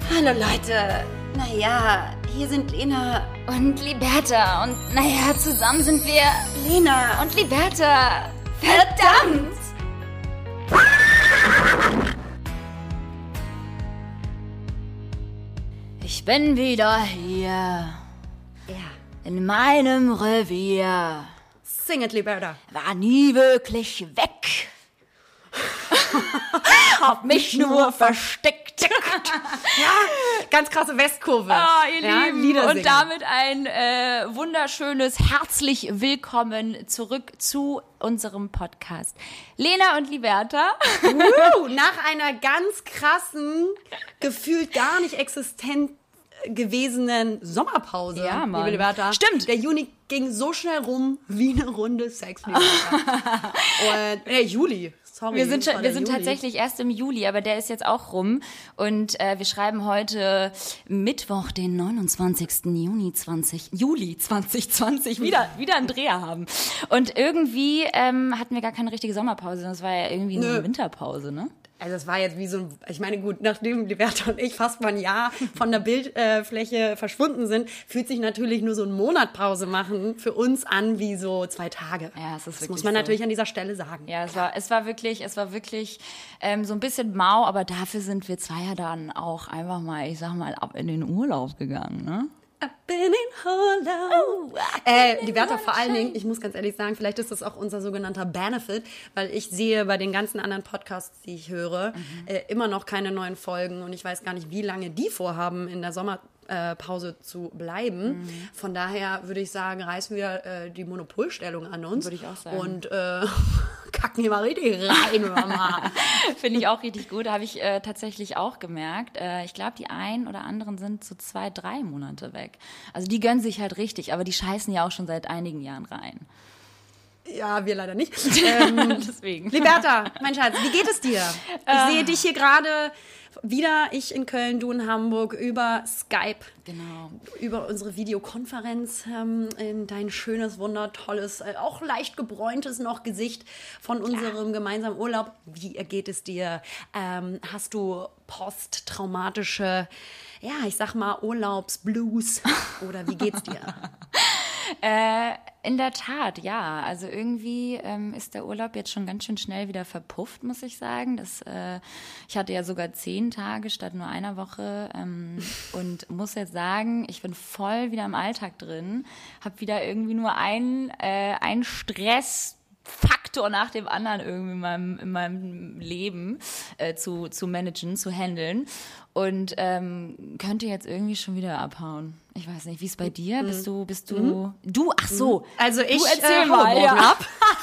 Hallo Leute, naja, hier sind Lena und Liberta und naja, zusammen sind wir Lena und Liberta. Verdammt! Ich bin wieder hier. Ja. In meinem Revier. Sing it, Liberta. War nie wirklich weg. Hab mich nur versteckt. Ja, ganz krasse Westkurve. Ah, ihr Lieben. Lieder Und singen. damit ein wunderschönes herzlich willkommen zurück zu unserem Podcast. Lena und Liberta. Nach einer ganz krassen, gefühlt gar nicht existent gewesenen Sommerpause. Ja, Mann. Liebe Liberta. Stimmt. Der Juni ging so schnell rum wie eine Runde Sex. Und Juli. Sorry, Wir sind Juli. tatsächlich erst im Juli, aber der ist jetzt auch rum. Und wir schreiben heute Mittwoch, den 29. Juli 2020. Wieder einen Dreher haben. Und irgendwie hatten wir gar keine richtige Sommerpause. Das war ja irgendwie eine Winterpause, ne? Also es war jetzt wie so ein, ich meine gut, nachdem Liberta und ich fast mal ein Jahr von der Bildfläche verschwunden sind, fühlt sich natürlich nur so ein Monat Pause machen für uns an wie so 2 Tage. Ja, es ist das wirklich muss man so. natürlich an dieser Stelle sagen. Ja, es war wirklich so ein bisschen mau, aber dafür sind wir zwei ja dann auch einfach mal, ich sag mal, ab in den Urlaub gegangen, ne? Bin in Urlaub. Liberta, vor allen Dingen, ich muss ganz ehrlich sagen, vielleicht ist das auch unser sogenannter Benefit, weil ich sehe bei den ganzen anderen Podcasts, die ich höre, immer noch keine neuen Folgen und ich weiß gar nicht, wie lange die vorhaben, in der Sommerpause zu bleiben. Von daher würde ich sagen, reißen wir die Monopolstellung an uns. Würde ich auch sagen. Und kacken hier mal richtig rein, Mama. Finde ich auch richtig gut. Habe ich tatsächlich auch gemerkt. Ich glaube, die einen oder anderen sind so 2-3 Monate weg. Also die gönnen sich halt richtig, aber die scheißen ja auch schon seit einigen Jahren rein. Ja, wir leider nicht. Deswegen. Liberta, mein Schatz, wie geht es dir? Ich sehe dich hier gerade wieder, ich in Köln, du in Hamburg, über Skype. Genau. Über unsere Videokonferenz in dein schönes, wundertolles, auch leicht gebräuntes noch Gesicht von unserem gemeinsamen Urlaub. Wie geht es dir? Hast du posttraumatische, ja, ich sag mal Urlaubsblues oder wie geht's dir? In der Tat, ja. Also irgendwie ist der Urlaub jetzt schon ganz schön schnell wieder verpufft, muss ich sagen. Ich hatte ja sogar 10 Tage statt nur einer Woche und muss jetzt sagen, ich bin voll wieder im Alltag drin, habe wieder irgendwie nur einen Stressfaktor nach dem anderen irgendwie in meinem Leben zu managen, zu handeln und könnte jetzt irgendwie schon wieder abhauen. Ich weiß nicht, wie ist bei dir? Bist du, ach so. Also ich erzähl mal, ja.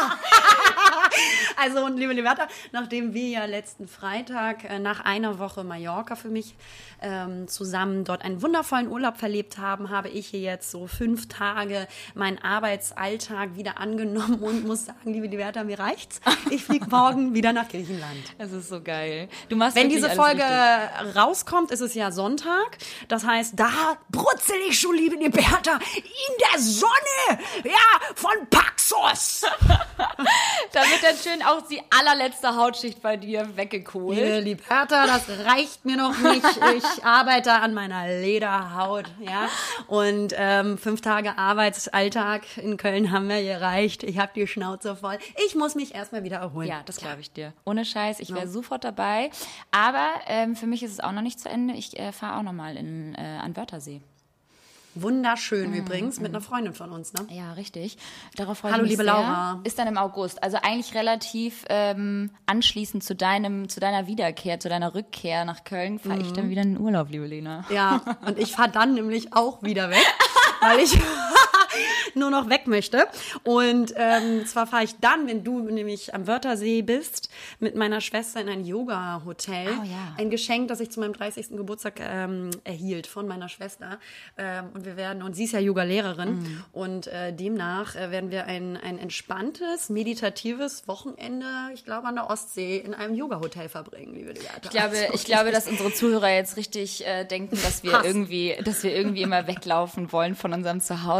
Also, liebe Liberta, nachdem wir ja letzten Freitag nach einer Woche Mallorca für mich zusammen dort einen wundervollen Urlaub verlebt haben, habe ich hier jetzt so 5 Tage meinen Arbeitsalltag wieder angenommen und muss sagen, liebe Liberta, mir reicht's. Ich fliege morgen wieder nach Griechenland. Es ist so geil. Du machst Wenn wirklich diese alles Folge richtig. rauskommt, ist es ja Sonntag. Das heißt, da brutzel ich schon, liebe Liberta, in der Sonne, ja, von Paxos. Da wird dann schön auch die allerletzte Hautschicht bei dir weggekohlt. Liebe Liberta, das reicht mir noch nicht. Ich arbeite an meiner Lederhaut, ja. Und 5 Tage Arbeitsalltag in Köln haben mir gereicht. Ich habe die Schnauze voll. Ich muss mich erstmal wieder erholen. Ja, das glaube ich dir. Ohne Scheiß, ich wäre sofort dabei. Aber für mich ist es auch noch nicht zu Ende. Ich fahre auch nochmal an Wörthersee. Wunderschön übrigens, mit einer Freundin von uns, ne? Ja, richtig. Darauf freue Hallo, ich mich liebe sehr. Laura. Ist dann im August. Also eigentlich relativ anschließend zu deiner Wiederkehr, zu deiner Rückkehr nach Köln, fahre ich dann wieder in den Urlaub, liebe Lena. Ja, und ich fahre dann nämlich auch wieder weg, weil ich nur noch weg möchte. Und zwar fahre ich dann, wenn du nämlich am Wörthersee bist, mit meiner Schwester in ein Yoga-Hotel. Oh, ja. Ein Geschenk, das ich zu meinem 30. Geburtstag erhielt von meiner Schwester. Und sie ist ja Yoga-Lehrerin. Und demnach werden wir ein entspanntes, meditatives Wochenende, ich glaube, an der Ostsee in einem Yoga-Hotel verbringen, liebe Liberta. Ich glaube, dass unsere Zuhörer jetzt richtig denken, dass wir irgendwie immer weglaufen wollen von unserem Zuhause.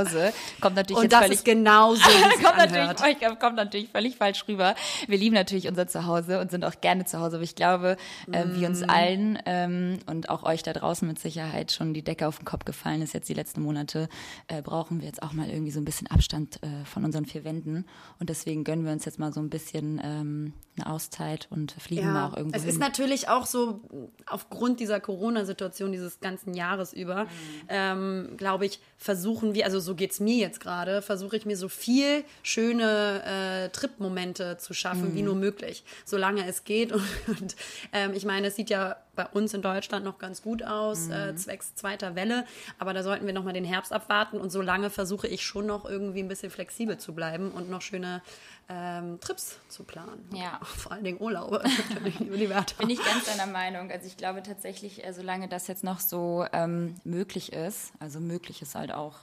Kommt natürlich Und jetzt das völlig, ist genauso, wie kommt natürlich völlig falsch rüber. Wir lieben natürlich unser Zuhause und sind auch gerne zu Hause, aber ich glaube, wie uns allen und auch euch da draußen mit Sicherheit schon die Decke auf den Kopf gefallen ist jetzt die letzten Monate, brauchen wir jetzt auch mal irgendwie so ein bisschen Abstand von unseren vier Wänden und deswegen gönnen wir uns jetzt mal so ein bisschen eine Auszeit und fliegen mal auch irgendwo hin. Es hin. ist natürlich auch so, aufgrund dieser Corona-Situation dieses ganzen Jahres über, glaube ich, versuchen wir, also so geht's mir jetzt gerade, versuche ich mir so viel schöne Trip-Momente zu schaffen, wie nur möglich, solange es geht. Und ich meine, es sieht ja bei uns in Deutschland noch ganz gut aus, zwecks zweiter Welle, aber da sollten wir nochmal den Herbst abwarten und solange versuche ich schon noch irgendwie ein bisschen flexibel zu bleiben und noch schöne Trips zu planen. Ja. Vor allen Dingen Urlaube. Bin ich ganz deiner Meinung. Also ich glaube tatsächlich, solange das jetzt noch so möglich ist, also möglich ist halt auch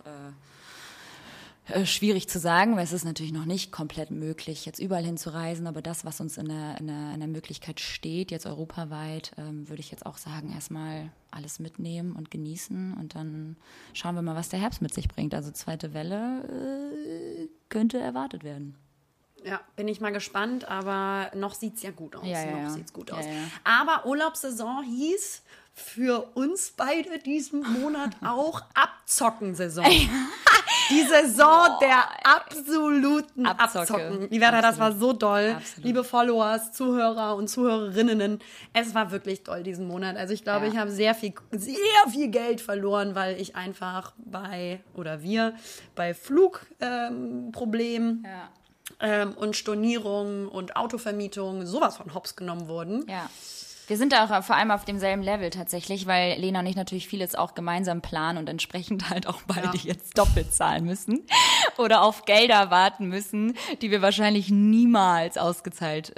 schwierig zu sagen, weil es ist natürlich noch nicht komplett möglich, jetzt überall hinzureisen, aber das, was uns in der Möglichkeit steht, jetzt europaweit, würde ich jetzt auch sagen, erstmal alles mitnehmen und genießen und dann schauen wir mal, was der Herbst mit sich bringt. Also zweite Welle könnte erwartet werden. Ja, bin ich mal gespannt, aber noch sieht's ja gut aus. Sieht's gut aus. Ja. Aber Urlaubssaison hieß für uns beide diesen Monat auch Abzockensaison. Die Saison der absoluten Abzocken. Liberta, das war so doll. Absolut. Liebe Followers, Zuhörer und Zuhörerinnen, es war wirklich toll diesen Monat. Also ich glaube, ich habe sehr viel Geld verloren, weil ich einfach wir bei Flugproblemen und Stornierungen und Autovermietungen sowas von hops genommen wurden. Ja. Wir sind da auch vor allem auf demselben Level tatsächlich, weil Lena und ich natürlich vieles auch gemeinsam planen und entsprechend halt auch beide jetzt doppelt zahlen müssen oder auf Gelder warten müssen, die wir wahrscheinlich niemals ausgezahlt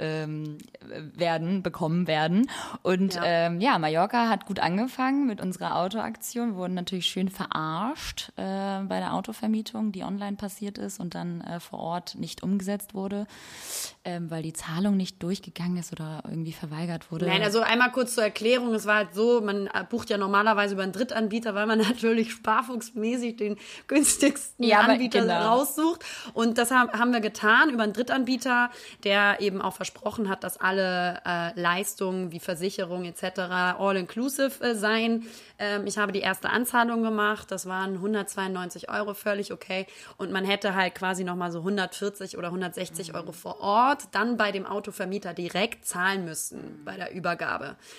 bekommen werden. Und Mallorca hat gut angefangen mit unserer Autoaktion, wurden natürlich schön verarscht bei der Autovermietung, die online passiert ist und dann vor Ort nicht umgesetzt wurde, weil die Zahlung nicht durchgegangen ist oder irgendwie verweigert wurde. Nein, also einmal kurz zur Erklärung, es war halt so, man bucht ja normalerweise über einen Drittanbieter, weil man natürlich sparfuchsmäßig den günstigsten Anbieter raussucht und das haben wir getan über einen Drittanbieter, der eben auch versprochen hat, dass alle Leistungen wie Versicherung etc. all-inclusive sein. Ich habe die erste Anzahlung gemacht, das waren 192 €, völlig okay und man hätte halt quasi nochmal so 140 oder 160 € vor Ort dann bei dem Autovermieter direkt zahlen müssen bei der Übergabe.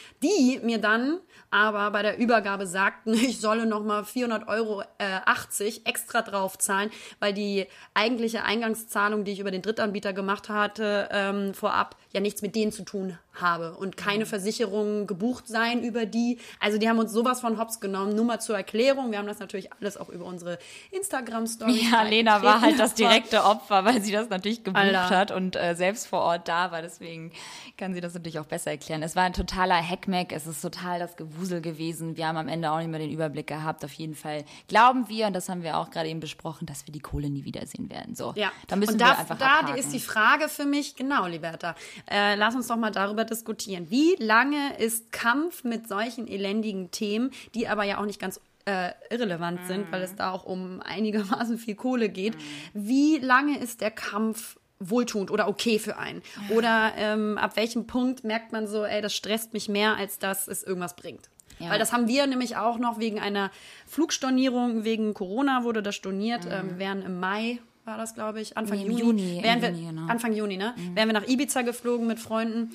Die mir dann aber bei der Übergabe sagten, ich solle nochmal 400,80 € extra drauf zahlen, weil die eigentliche Eingangszahlung, die ich über den Drittanbieter gemacht hatte, vorab ja nichts mit denen zu tun habe und keine Versicherungen gebucht sein über die. Also die haben uns sowas von hops genommen. Nur mal zur Erklärung, wir haben das natürlich alles auch über unsere Instagram-Story. Ja, Lena war halt das direkte Opfer, weil sie das natürlich gebucht hat und selbst vor Ort da war. Deswegen kann sie das natürlich auch besser erklären. Es war ein totaler Hackmack, es ist total das Gewusel gewesen. Wir haben am Ende auch nicht mehr den Überblick gehabt. Auf jeden Fall glauben wir, und das haben wir auch gerade eben besprochen, dass wir die Kohle nie wiedersehen werden. So, ja. Da müssen wir einfach abhaken. Da ist die Frage für mich, genau, Liberta, lass uns doch mal darüber diskutieren. Wie lange ist Kampf mit solchen elendigen Themen, die aber ja auch nicht ganz irrelevant sind, weil es da auch um einigermaßen viel Kohle geht. Wie lange ist der Kampf wohltuend oder okay für einen? Oder ab welchem Punkt merkt man so, das stresst mich mehr, als dass es irgendwas bringt? Ja. Weil das haben wir nämlich auch noch wegen einer Flugstornierung, wegen Corona wurde das storniert. Wir wären im Mai, war das, glaube ich, Anfang Juni. Anfang Juni, ne? Wären wir nach Ibiza geflogen mit Freunden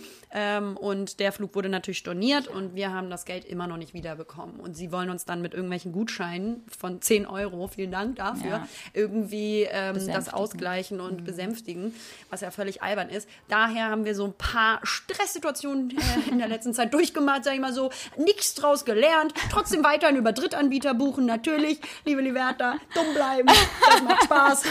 und der Flug wurde natürlich storniert und wir haben das Geld immer noch nicht wiederbekommen. Und sie wollen uns dann mit irgendwelchen Gutscheinen von 10 €, vielen Dank dafür, irgendwie das ausgleichen und besänftigen, was ja völlig albern ist. Daher haben wir so ein paar Stresssituationen in der letzten Zeit durchgemacht, sag ich mal so, nichts draus gelernt, trotzdem weiterhin über Drittanbieter buchen, natürlich, liebe Liberta, dumm bleiben, das macht Spaß.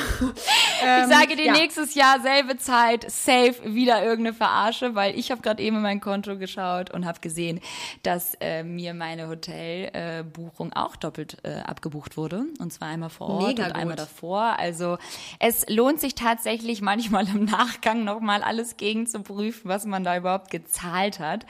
Ich sage dir, nächstes Jahr, selbe Zeit, safe, wieder irgendeine Verarsche, weil ich habe gerade eben in mein Konto geschaut und habe gesehen, dass mir meine Hotelbuchung auch doppelt abgebucht wurde. Und zwar einmal vor Ort und einmal davor. Also es lohnt sich tatsächlich manchmal im Nachgang nochmal alles gegen zu prüfen, was man da überhaupt gezahlt hat.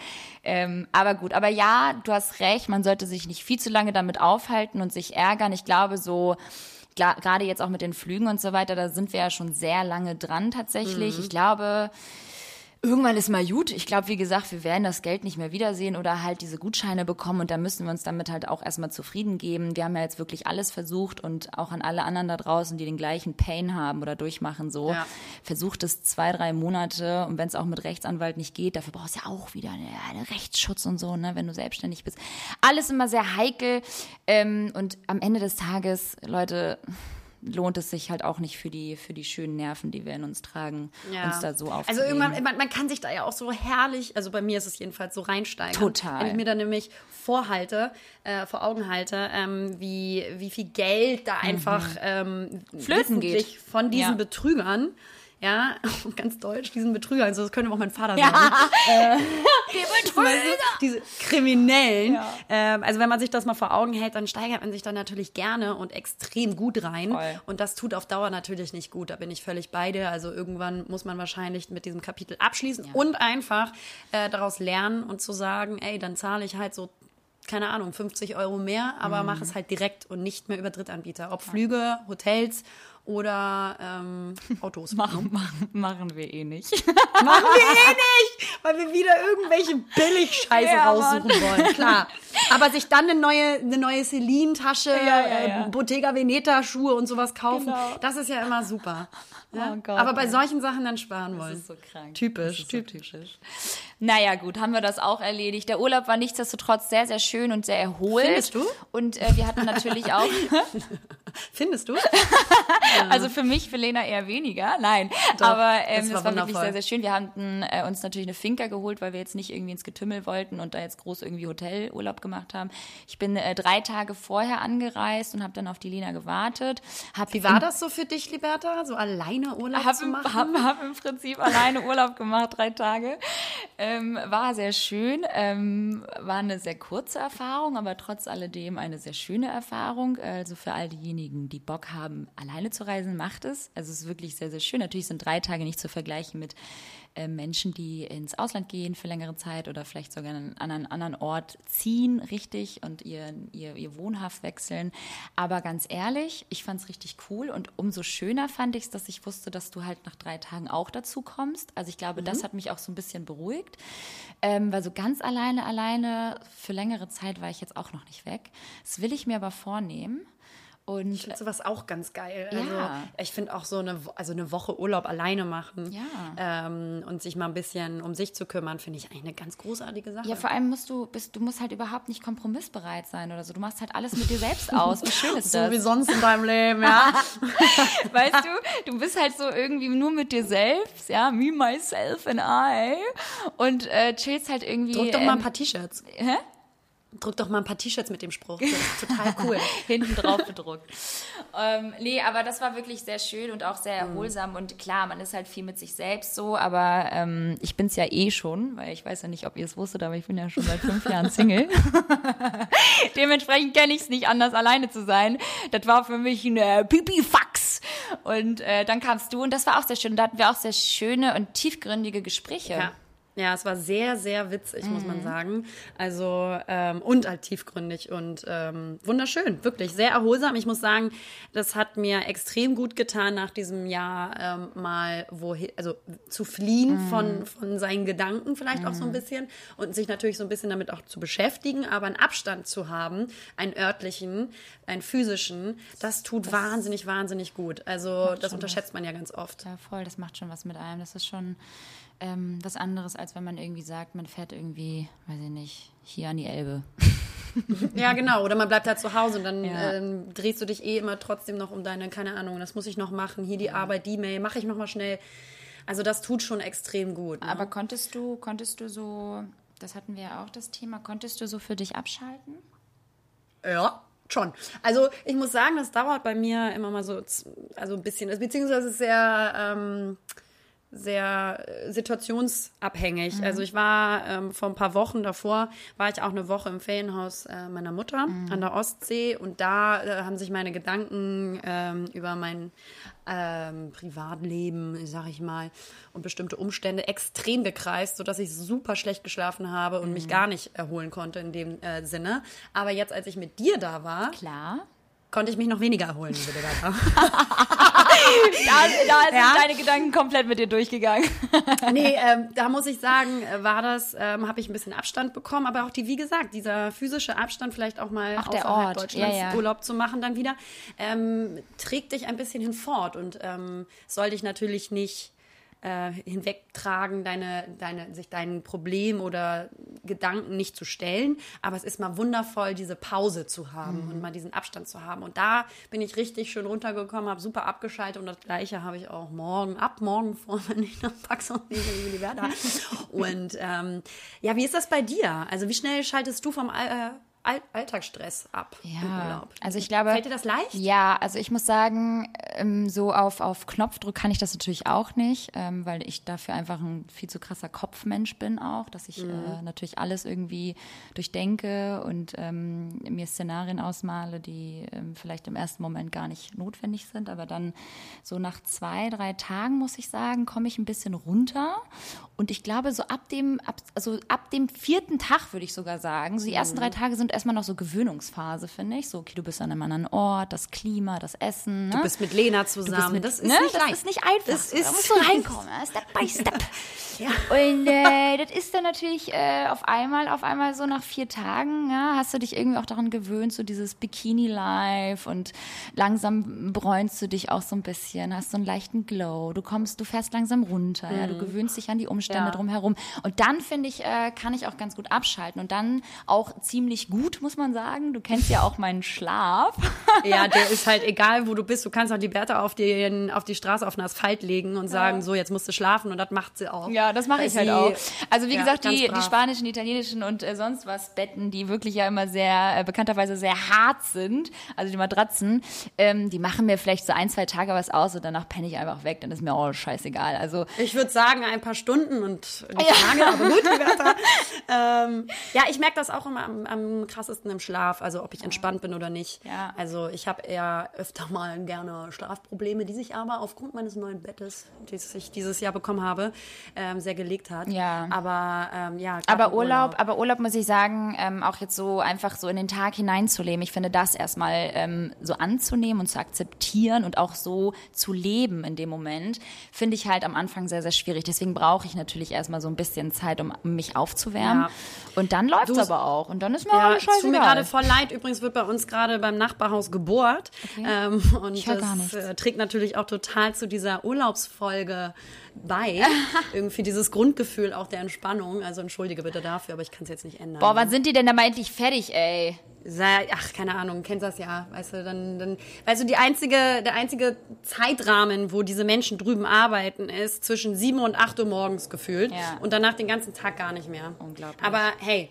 Aber gut, aber ja, du hast recht, man sollte sich nicht viel zu lange damit aufhalten und sich ärgern. Ich glaube so gerade jetzt auch mit den Flügen und so weiter, da sind wir ja schon sehr lange dran tatsächlich. Ich glaube, irgendwann ist mal gut. Ich glaube, wie gesagt, wir werden das Geld nicht mehr wiedersehen oder halt diese Gutscheine bekommen und da müssen wir uns damit halt auch erstmal zufrieden geben. Wir haben ja jetzt wirklich alles versucht und auch an alle anderen da draußen, die den gleichen Pain haben oder durchmachen, so. Ja. Versucht es 2-3 Monate und wenn es auch mit Rechtsanwalt nicht geht, dafür brauchst du ja auch wieder einen Rechtsschutz und so, ne, wenn du selbstständig bist. Alles immer sehr heikel und am Ende des Tages, Leute, lohnt es sich halt auch nicht für die schönen Nerven, die wir in uns tragen, uns da so aufzuregen. Also irgendwann, man kann sich da ja auch so herrlich, also bei mir ist es jedenfalls so reinsteigen. Total. Wenn ich mir dann nämlich vor Augen halte, wie viel Geld da einfach flöten geht von diesen Betrügern. Ja, ganz deutsch, diesen Betrüger. Also das könnte auch mein Vater sagen. Die Betrüger! Diese Kriminellen. Ja. Also wenn man sich das mal vor Augen hält, dann steigert man sich da natürlich gerne und extrem gut rein. Voll. Und das tut auf Dauer natürlich nicht gut. Da bin ich völlig bei dir. Also irgendwann muss man wahrscheinlich mit diesem Kapitel abschließen und einfach daraus lernen und zu sagen, ey, dann zahle ich halt so, keine Ahnung, 50 € mehr, aber mache es halt direkt und nicht mehr über Drittanbieter. Ob Flüge, Hotels oder Autos. Machen wir eh nicht. Machen wir eh nicht, weil wir wieder irgendwelche Billig-Scheiße raussuchen wollen, klar. Aber sich dann eine neue Celine-Tasche, Bottega Veneta-Schuhe und sowas kaufen, das ist ja immer super. Ja? Oh Gott, aber bei solchen Sachen dann sparen wollen. Das ist so krank. Typisch. Naja, gut, haben wir das auch erledigt. Der Urlaub war nichtsdestotrotz sehr, sehr schön und sehr erholt. Findest du? Und wir hatten natürlich auch... Findest du? Also für mich, für Lena eher weniger. Nein, doch, aber es war wirklich sehr, sehr schön. Wir hatten uns natürlich eine Finca geholt, weil wir jetzt nicht irgendwie ins Getümmel wollten und da jetzt groß irgendwie Hotelurlaub gemacht haben. Ich bin 3 Tage vorher angereist und habe dann auf die Lena gewartet. Wie war das so für dich, Liberta, so alleine Urlaub zu machen? Hab im Prinzip alleine Urlaub gemacht, 3 Tage. War sehr schön. War eine sehr kurze Erfahrung, aber trotz alledem eine sehr schöne Erfahrung. Also für all diejenigen, die Bock haben, alleine zu reisen, macht es. Also es ist wirklich sehr, sehr schön. Natürlich sind 3 Tage nicht zu vergleichen mit Menschen, die ins Ausland gehen für längere Zeit oder vielleicht sogar an einen anderen Ort ziehen, richtig, und ihr Wohnhaft wechseln. Aber ganz ehrlich, ich fand es richtig cool und umso schöner fand ich es, dass ich wusste, dass du halt nach 3 Tagen auch dazu kommst. Also ich glaube, das hat mich auch so ein bisschen beruhigt, weil so ganz alleine für längere Zeit war ich jetzt auch noch nicht weg. Das will ich mir aber vornehmen. Und ich finde sowas auch ganz geil. Ja. Also ich finde auch so eine Woche Urlaub alleine machen und sich mal ein bisschen um sich zu kümmern, finde ich eigentlich eine ganz großartige Sache. Ja, vor allem musst du halt überhaupt nicht kompromissbereit sein oder so. Du machst halt alles mit dir selbst aus. Wie schön ist das? So wie sonst in deinem Leben, ja. Weißt du bist halt so irgendwie nur mit dir selbst, ja, me, myself and I und chillst halt irgendwie. Druck doch mal ein paar T-Shirts. Hä? Druck doch mal ein paar T-Shirts mit dem Spruch. Das ist total cool. Hinten drauf bedruckt. Nee, aber das war wirklich sehr schön und auch sehr erholsam. Und klar, man ist halt viel mit sich selbst so, aber ich bin's ja eh schon, weil ich weiß ja nicht, ob ihr es wusstet, aber ich bin ja schon seit 5 Jahren Single. Dementsprechend kenne ich es nicht anders, alleine zu sein. Das war für mich eine Pipifax. Und dann kamst du und das war auch sehr schön. Und da hatten wir auch sehr schöne und tiefgründige Gespräche. Ja, es war sehr, sehr witzig, muss man sagen. Also, und halt tiefgründig und wunderschön, wirklich sehr erholsam. Ich muss sagen, das hat mir extrem gut getan, nach diesem Jahr mal zu fliehen von seinen Gedanken vielleicht auch so ein bisschen und sich natürlich so ein bisschen damit auch zu beschäftigen, aber einen Abstand zu haben, einen örtlichen, einen physischen, das tut wahnsinnig, wahnsinnig gut. Also, das unterschätzt man ja ganz oft. Ja, voll, das macht schon was mit einem. Das ist schon was anderes, als wenn man irgendwie sagt, man fährt irgendwie, weiß ich nicht, hier an die Elbe. Ja, genau. Oder man bleibt halt zu Hause und dann drehst du dich immer trotzdem noch um deine, keine Ahnung, das muss ich noch machen, hier die Arbeit, die Mail, mache ich noch mal schnell. Also das tut schon extrem gut. Ne? Aber konntest du so, das hatten wir ja auch das Thema, konntest du so für dich abschalten? Ja. Schon. Also ich muss sagen, das dauert bei mir immer mal so, also ein bisschen, beziehungsweise ist sehr situationsabhängig. Also ich war vor ein paar Wochen davor, war ich auch eine Woche im Ferienhaus meiner Mutter an der Ostsee und da haben sich meine Gedanken über mein Privatleben, sag ich mal, und bestimmte Umstände extrem gekreist, sodass ich super schlecht geschlafen habe und mich gar nicht erholen konnte in dem Sinne. Aber jetzt, als ich mit dir da war, klar, konnte ich mich noch weniger erholen, liebe Liberta. Da sind deine Gedanken komplett mit dir durchgegangen. Nee, da muss ich sagen, habe ich ein bisschen Abstand bekommen, aber auch wie gesagt, dieser physische Abstand, vielleicht auch mal außerhalb Deutschlands Urlaub zu machen dann wieder, trägt dich ein bisschen hinfort und soll dich natürlich nicht hinwegtragen, sich deinen Problemen oder Gedanken nicht zu stellen. Aber es ist mal wundervoll, diese Pause zu haben und mal diesen Abstand zu haben. Und da bin ich richtig schön runtergekommen, habe super abgeschaltet und das Gleiche habe ich auch ab morgen vor, wenn ich nach Paxos liebe die Werder. Und wie ist das bei dir? Also wie schnell schaltest du vom Alltagsstress ab im Urlaub? Also ich glaube, fällt dir das leicht? Ja, also ich muss sagen, so auf Knopfdruck kann ich das natürlich auch nicht, weil ich dafür einfach ein viel zu krasser Kopfmensch bin auch, dass ich natürlich alles irgendwie durchdenke und mir Szenarien ausmale, die vielleicht im ersten Moment gar nicht notwendig sind, aber dann so nach 2-3 Tagen, muss ich sagen, komme ich ein bisschen runter und ich glaube, so ab dem 4. Tag würde ich sogar sagen, so die ersten 3 Tage sind erstmal noch so Gewöhnungsphase, finde ich. So, okay, du bist an einem anderen Ort, das Klima, das Essen. Ne? Du bist mit Lena zusammen. Das ist nicht einfach. Da musst du reinkommen, Step by Step. Ja. Und das ist dann natürlich auf einmal so nach 4 Tagen, hast du dich irgendwie auch daran gewöhnt, so dieses Bikini-Life und langsam bräunst du dich auch so ein bisschen, hast so einen leichten Glow, du fährst langsam runter, du gewöhnst dich an die Umstände drumherum. Und dann, finde ich, kann ich auch ganz gut abschalten und dann auch ziemlich gut, muss man sagen. Du kennst ja auch meinen Schlaf. Ja, der ist halt egal, wo du bist. Du kannst auch die Bertha auf die Straße, auf den Asphalt legen und sagen, so, jetzt musst du schlafen und das macht sie auch. Ja, das mache ich halt auch. Also wie gesagt, die spanischen, italienischen und sonst was Betten, die wirklich ja immer sehr, bekannterweise sehr hart sind, also die Matratzen, die machen mir vielleicht so 1-2 Tage was aus und danach penne ich einfach weg, dann ist mir auch scheißegal. Also ich würde sagen, ein paar Stunden und nicht lange, aber gut, die Bertha. Ich merke das auch immer am krassesten im Schlaf, also ob ich entspannt bin oder nicht. Ja. Also ich habe eher öfter mal gerne Schlafprobleme, die sich aber aufgrund meines neuen Bettes, das ich dieses Jahr bekommen habe, sehr gelegt hat. Ja. Aber Urlaub muss ich sagen, auch jetzt so einfach so in den Tag hineinzuleben. Ich finde das erstmal so anzunehmen und zu akzeptieren und auch so zu leben in dem Moment, finde ich halt am Anfang sehr, sehr schwierig. Deswegen brauche ich natürlich erstmal so ein bisschen Zeit, um mich aufzuwärmen. Ja. Und dann läuft es aber auch. Und dann ist mir alles scheißegal. Es tut mir gerade voll leid. Übrigens wird bei uns gerade beim Nachbarhaus gebohrt. Okay. Und ich höre gar das nichts. trägt natürlich auch total zu dieser Urlaubsfolge bei. Irgendwie dieses Grundgefühl auch der Entspannung. Also entschuldige bitte dafür, aber ich kann es jetzt nicht ändern. Boah, wann sind die denn da mal endlich fertig, ey? Ach, keine Ahnung, kennst das ja, weißt du, dann weißt du, der einzige Zeitrahmen, wo diese Menschen drüben arbeiten, ist zwischen 7 und 8 Uhr morgens gefühlt und danach den ganzen Tag gar nicht mehr. Unglaublich. Aber hey,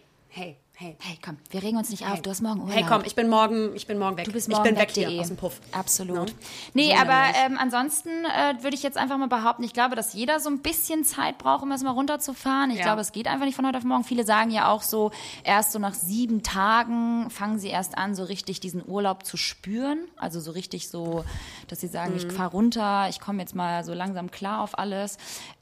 komm, wir regen uns nicht auf, du hast morgen Urlaub. Hey, komm, ich bin morgen weg. Du bist ich morgen bin weg hier aus dem Puff. Absolut. No? Nee, so aber ansonsten würde ich jetzt einfach mal behaupten, ich glaube, dass jeder so ein bisschen Zeit braucht, um erstmal runterzufahren. Ich glaube, es geht einfach nicht von heute auf morgen. Viele sagen ja auch so, erst so nach 7 Tagen fangen sie erst an, so richtig diesen Urlaub zu spüren. Also so richtig so, dass sie sagen, ich fahre runter, ich komme jetzt mal so langsam klar auf alles.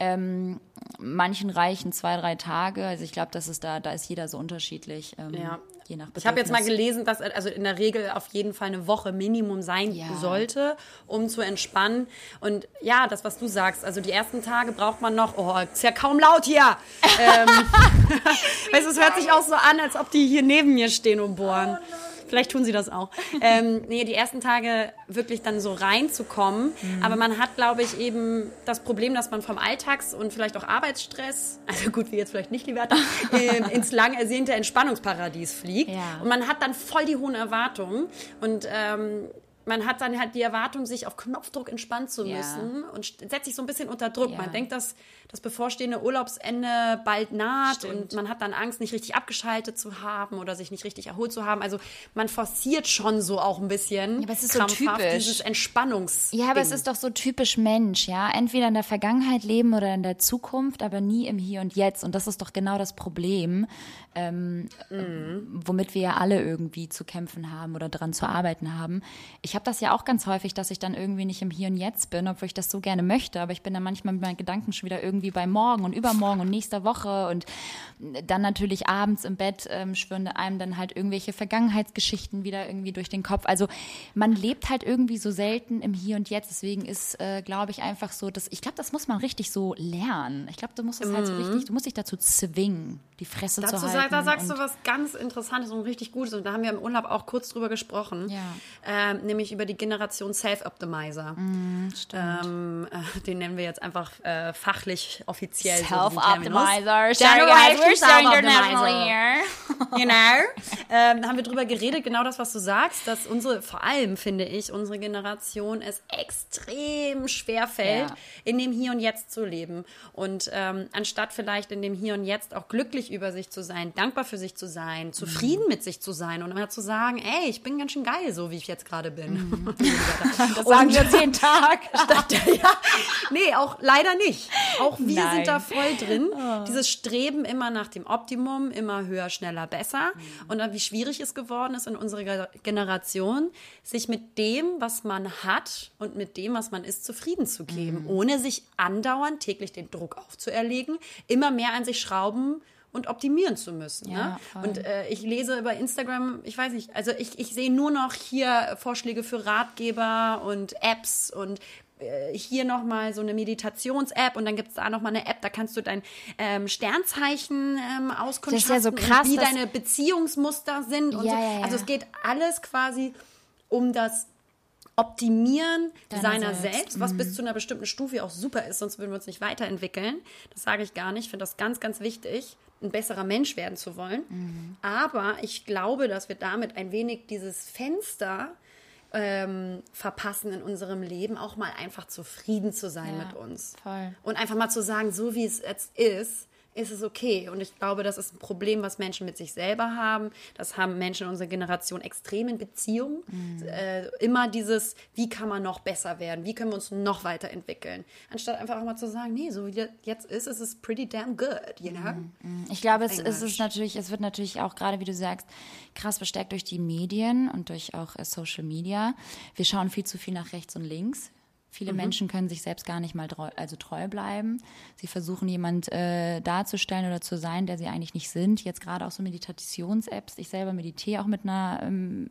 Manchen reichen 2-3 Tage. Also ich glaube, da ist jeder so unterschiedlich. Je nach Bedürfnis. Ich habe jetzt mal gelesen, dass also in der Regel auf jeden Fall eine Woche Minimum sein sollte, um zu entspannen. Und ja, das, was du sagst, also die ersten Tage braucht man noch, ist ja kaum laut hier. Weißt du, es hört sich auch so an, als ob die hier neben mir stehen und bohren. Vielleicht tun sie das auch. Die ersten Tage wirklich dann so reinzukommen. Aber man hat, glaube ich, eben das Problem, dass man vom Alltags- und vielleicht auch Arbeitsstress, also gut, wie jetzt vielleicht nicht, die Werte, ins lang ersehnte Entspannungsparadies fliegt. Ja. Und man hat dann voll die hohen Erwartungen. Und man hat dann halt die Erwartung, sich auf Knopfdruck entspannen zu müssen und setzt sich so ein bisschen unter Druck. Man denkt, dass das bevorstehende Urlaubsende bald naht und man hat dann Angst, nicht richtig abgeschaltet zu haben oder sich nicht richtig erholt zu haben. Also man forciert schon so auch ein bisschen aber es ist so typisch. Dieses Entspannungs. Ja, aber es ist doch so typisch Mensch, ja. Entweder in der Vergangenheit leben oder in der Zukunft, aber nie im Hier und Jetzt. Und das ist doch genau das Problem, womit wir ja alle irgendwie zu kämpfen haben oder dran zu arbeiten haben. Ich habe habe das ja auch ganz häufig, dass ich dann irgendwie nicht im Hier und Jetzt bin, obwohl ich das so gerne möchte. Aber ich bin dann manchmal mit meinen Gedanken schon wieder irgendwie bei morgen und übermorgen und nächster Woche. Und dann natürlich abends im Bett schwirren einem dann halt irgendwelche Vergangenheitsgeschichten wieder irgendwie durch den Kopf. Also man lebt halt irgendwie so selten im Hier und Jetzt. Deswegen ist, glaube ich, einfach so, ich glaube, das muss man richtig so lernen. Ich glaube, du musst es halt so richtig, du musst dich dazu zwingen, die Fresse zu halten. Da sagst du was ganz Interessantes und richtig Gutes. Und da haben wir im Urlaub auch kurz drüber gesprochen. Ja. Nämlich über die Generation Self-Optimizer. Stimmt. Den nennen wir jetzt einfach fachlich offiziell Self-Optimizer. Generation Self-Optimizer. You know? Haben wir drüber geredet, genau das, was du sagst, dass vor allem, finde ich, unsere Generation es extrem schwer fällt, in dem Hier und Jetzt zu leben. Und anstatt vielleicht in dem Hier und Jetzt auch glücklich über sich zu sein, dankbar für sich zu sein, zufrieden mit sich zu sein und immer zu sagen, ey, ich bin ganz schön geil, so wie ich jetzt gerade bin. Das sagen wir 10 Tage. Nee, auch leider nicht. Auch wir sind da voll drin. Dieses Streben immer nach dem Optimum, immer höher, schneller, besser. Und dann, wie schwierig es geworden ist in unserer Generation, sich mit dem, was man hat und mit dem, was man ist, zufrieden zu geben, ohne sich andauernd täglich den Druck aufzuerlegen, immer mehr an sich schrauben und optimieren zu müssen. Ja, ne? Und ich lese über Instagram, ich weiß nicht, also ich sehe nur noch hier Vorschläge für Ratgeber und Apps und hier nochmal so eine Meditations-App und dann gibt es da nochmal eine App, da kannst du dein Sternzeichen auskundschaften, das ist ja so krass, wie deine Beziehungsmuster sind und so. Also es geht alles quasi um das Optimieren seiner selbst, was bis zu einer bestimmten Stufe auch super ist, sonst würden wir uns nicht weiterentwickeln. Das sage ich gar nicht. Ich finde das ganz, ganz wichtig, ein besserer Mensch werden zu wollen. Aber ich glaube, dass wir damit ein wenig dieses Fenster verpassen in unserem Leben, auch mal einfach zufrieden zu sein mit uns. Voll. Und einfach mal zu sagen, so wie es jetzt ist es okay. Und ich glaube, das ist ein Problem, was Menschen mit sich selber haben. Das haben Menschen in unserer Generation extrem in Beziehungen. Immer dieses, wie kann man noch besser werden? Wie können wir uns noch weiterentwickeln? Anstatt einfach auch mal zu sagen, nee, so wie das jetzt ist es pretty damn good, you know? Ich glaube, es wird natürlich auch, gerade wie du sagst, krass bestärkt durch die Medien und durch auch Social Media. Wir schauen viel zu viel nach rechts und links. Viele Menschen können sich selbst gar nicht mal treu bleiben. Sie versuchen, jemand darzustellen oder zu sein, der sie eigentlich nicht sind. Jetzt gerade auch so Meditations-Apps. Ich selber meditiere auch mit einer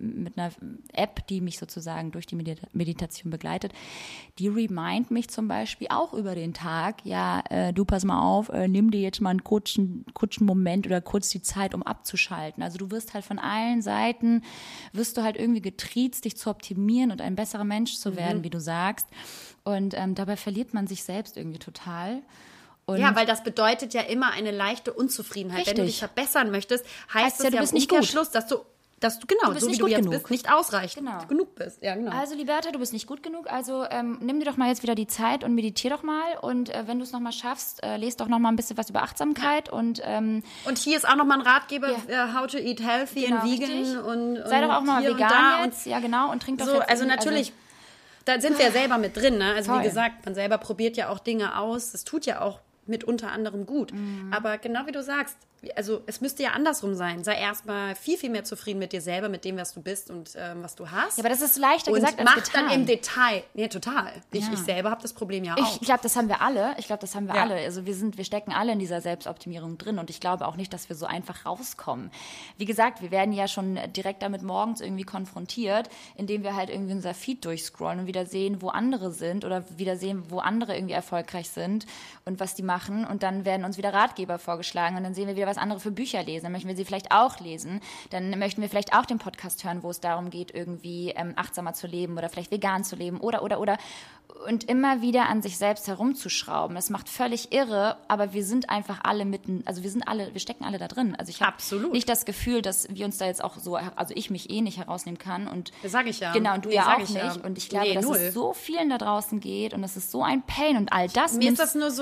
App, die mich sozusagen durch die Meditation begleitet. Die remind mich zum Beispiel auch über den Tag, du pass mal auf, nimm dir jetzt mal einen kurzen Moment oder kurz die Zeit, um abzuschalten. Also du wirst halt von allen Seiten, wirst du halt irgendwie getriezt, dich zu optimieren und ein besserer Mensch zu werden, wie du sagst. Und dabei verliert man sich selbst irgendwie total. Und ja, weil das bedeutet ja immer eine leichte Unzufriedenheit. Richtig. Wenn du dich verbessern möchtest, heißt das du ja bist im nicht gut. Umkehrschluss, dass du genau, bist so wie nicht du gut jetzt genug. bist, nicht ausreichend genug bist. Ja, genau. Also, Liberta, du bist nicht gut genug. Also, nimm dir doch mal jetzt wieder die Zeit und meditier doch mal. Und wenn du es nochmal schaffst, lest doch nochmal ein bisschen was über Achtsamkeit. Und hier ist auch nochmal ein Ratgeber, how to eat healthy and vegan. Richtig. Und sei doch auch mal hier und vegan da jetzt. Ja, genau. Und trink doch so, jetzt also natürlich, da sind wir ja selber mit drin. Ne? Also Voll. wie gesagt, man selber probiert ja auch Dinge aus. Das tut ja auch mit unter anderem gut. Aber genau wie du sagst, also es müsste ja andersrum sein. Sei erstmal viel, viel mehr zufrieden mit dir selber, mit dem, was du bist und was du hast. Ja, aber das ist leichter gesagt und als mach getan. dann im Detail. Nee, total. Ich selber habe das Problem ja auch. Ich glaube, das haben wir alle. alle. Also wir stecken alle in dieser Selbstoptimierung drin und ich glaube auch nicht, dass wir so einfach rauskommen. Wie gesagt, wir werden ja schon direkt damit morgens irgendwie konfrontiert, indem wir halt irgendwie unser Feed durchscrollen und wieder sehen, wo andere sind oder wieder sehen, wo andere irgendwie erfolgreich sind und was die machen und dann werden uns wieder Ratgeber vorgeschlagen und dann sehen wir wieder, was andere für Bücher lesen. Dann möchten wir sie vielleicht auch lesen. Dann möchten wir vielleicht auch den Podcast hören, wo es darum geht, irgendwie achtsamer zu leben oder vielleicht vegan zu leben oder. Und immer wieder an sich selbst herumzuschrauben. Das macht völlig irre, aber wir sind einfach alle wir stecken alle da drin. Also ich habe nicht das Gefühl, dass wir uns da jetzt auch so, also ich mich nicht herausnehmen kann. Und das sage ich ja. Genau, und du ja auch nicht. Ja. Und ich glaube, dass es so vielen da draußen geht und das ist so ein Pain und all das nimmst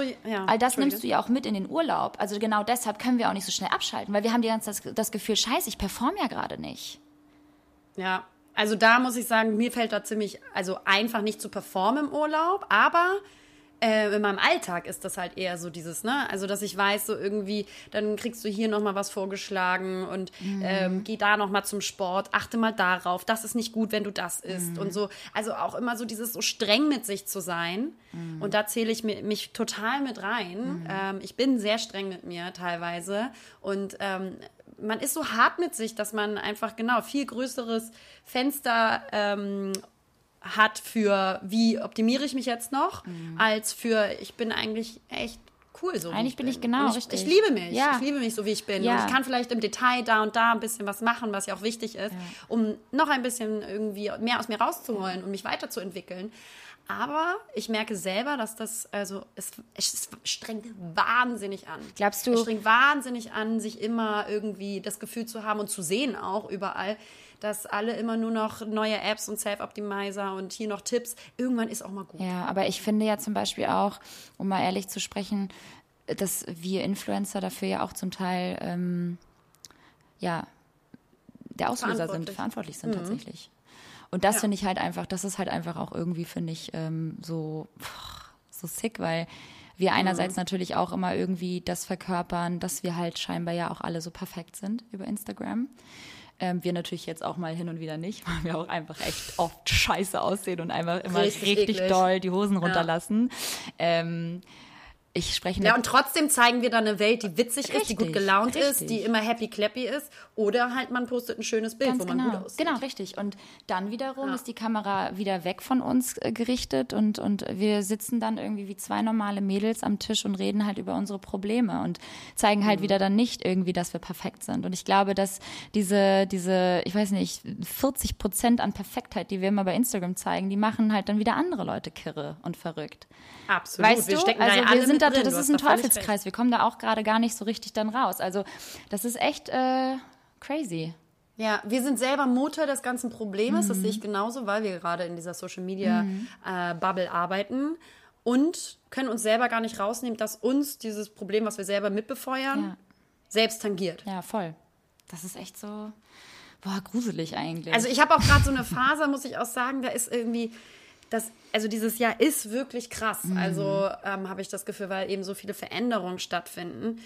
du ja auch mit in den Urlaub. Also genau deshalb können wir auch nicht so schnell abschalten, weil wir haben die ganze Zeit das Gefühl, scheiße, ich performe ja gerade nicht. Ja, also da muss ich sagen, mir fällt da ziemlich, also einfach nicht zu performen im Urlaub, aber In meinem Alltag ist das halt eher so dieses, ne? Also, dass ich weiß, so irgendwie, dann kriegst du hier nochmal was vorgeschlagen und geh da nochmal zum Sport, achte mal darauf, das ist nicht gut, wenn du das isst und so. Also auch immer so dieses so streng mit sich zu sein. Und da zähle ich mich total mit rein. Ich bin sehr streng mit mir teilweise und man ist so hart mit sich, dass man einfach viel größeres Fenster hat für, wie optimiere ich mich jetzt noch, als für, ich bin eigentlich echt cool so. Eigentlich bin ich richtig. Ich liebe mich. Ja. Ich liebe mich so, wie ich bin. Ja. Und ich kann vielleicht im Detail da und da ein bisschen was machen, was ja auch wichtig ist, um noch ein bisschen irgendwie mehr aus mir rauszuholen und mich weiterzuentwickeln. Aber ich merke selber, dass das, also es strengt wahnsinnig an. Glaubst du? Es strengt wahnsinnig an, sich immer irgendwie das Gefühl zu haben und zu sehen auch überall, dass alle immer nur noch neue Apps und Self-Optimizer und hier noch Tipps. Irgendwann ist auch mal gut. Ja, aber ich finde ja zum Beispiel auch, um mal ehrlich zu sprechen, dass wir Influencer dafür ja auch zum Teil, der Auslöser verantwortlich sind tatsächlich. Und das finde ich halt einfach, das ist halt einfach auch irgendwie, finde ich, so sick, weil wir einerseits natürlich auch immer irgendwie das verkörpern, dass wir halt scheinbar ja auch alle so perfekt sind über Instagram. Wir natürlich jetzt auch mal hin und wieder nicht, weil wir auch einfach echt oft scheiße aussehen und einfach immer richtig doll die Hosen runterlassen. Ich spreche ja, und trotzdem zeigen wir dann eine Welt, die witzig ist, die gut gelaunt ist, die immer happy-clappy ist. Oder halt man postet ein schönes Bild, wo man gut aussieht. Genau, richtig. Und dann wiederum ist die Kamera wieder weg von uns gerichtet und wir sitzen dann irgendwie wie zwei normale Mädels am Tisch und reden halt über unsere Probleme und zeigen halt wieder dann nicht irgendwie, dass wir perfekt sind. Und ich glaube, dass diese, ich weiß nicht, 40% an Perfektheit, die wir immer bei Instagram zeigen, die machen halt dann wieder andere Leute kirre und verrückt. Absolut. Weißt wir du, stecken also da ja alle wir sind mit drin. das ist ein Teufelskreis. Wir kommen da auch gerade gar nicht so richtig dann raus. Also das ist echt crazy. Ja, wir sind selber Motor des ganzen Problems. Das sehe ich genauso, weil wir gerade in dieser Social-Media-Bubble arbeiten und können uns selber gar nicht rausnehmen, dass uns dieses Problem, was wir selber mitbefeuern, selbst tangiert. Ja, voll. Das ist echt so, gruselig eigentlich. Also ich habe auch gerade so eine Phase, muss ich auch sagen, da ist irgendwie... Also dieses Jahr ist wirklich krass. Also habe ich das Gefühl, weil eben so viele Veränderungen stattfinden,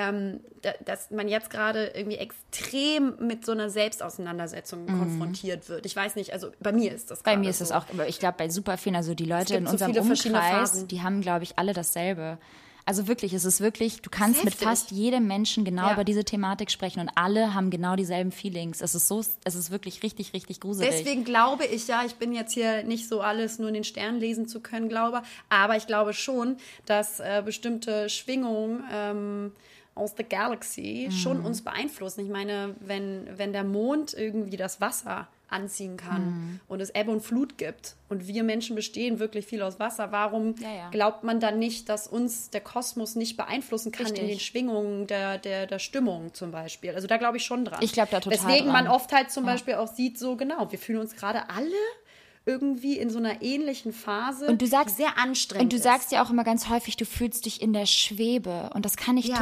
dass man jetzt gerade irgendwie extrem mit so einer Selbstauseinandersetzung konfrontiert wird. Ich weiß nicht, also bei mir ist das bei mir ist so. es auch, ich glaube bei super vielen, also die Leute in so unserem viele verschiedene Umkreis, Phasen. die haben, glaube ich, alle dasselbe. Also wirklich, es ist wirklich, du kannst mit fast jedem Menschen über diese Thematik sprechen und alle haben genau dieselben Feelings. Es ist wirklich richtig, richtig gruselig. Deswegen glaube ich ich bin jetzt hier nicht so alles nur in den Sternen lesen zu können, aber ich glaube schon, dass bestimmte Schwingungen aus der Galaxy schon uns beeinflussen. Ich meine, wenn der Mond irgendwie das Wasser anziehen kann und es Ebbe und Flut gibt und wir Menschen bestehen wirklich viel aus Wasser, warum glaubt man dann nicht, dass uns der Kosmos nicht beeinflussen kann in den Schwingungen der Stimmung zum Beispiel? Also da glaube ich schon dran. Ich glaube da total Weswegen dran. man oft halt zum Beispiel auch sieht, so wir fühlen uns gerade alle irgendwie in so einer ähnlichen Phase, und du sagst, die sehr anstrengend ist. Und du sagst ja auch immer ganz häufig, du fühlst dich in der Schwebe. Und das kann ich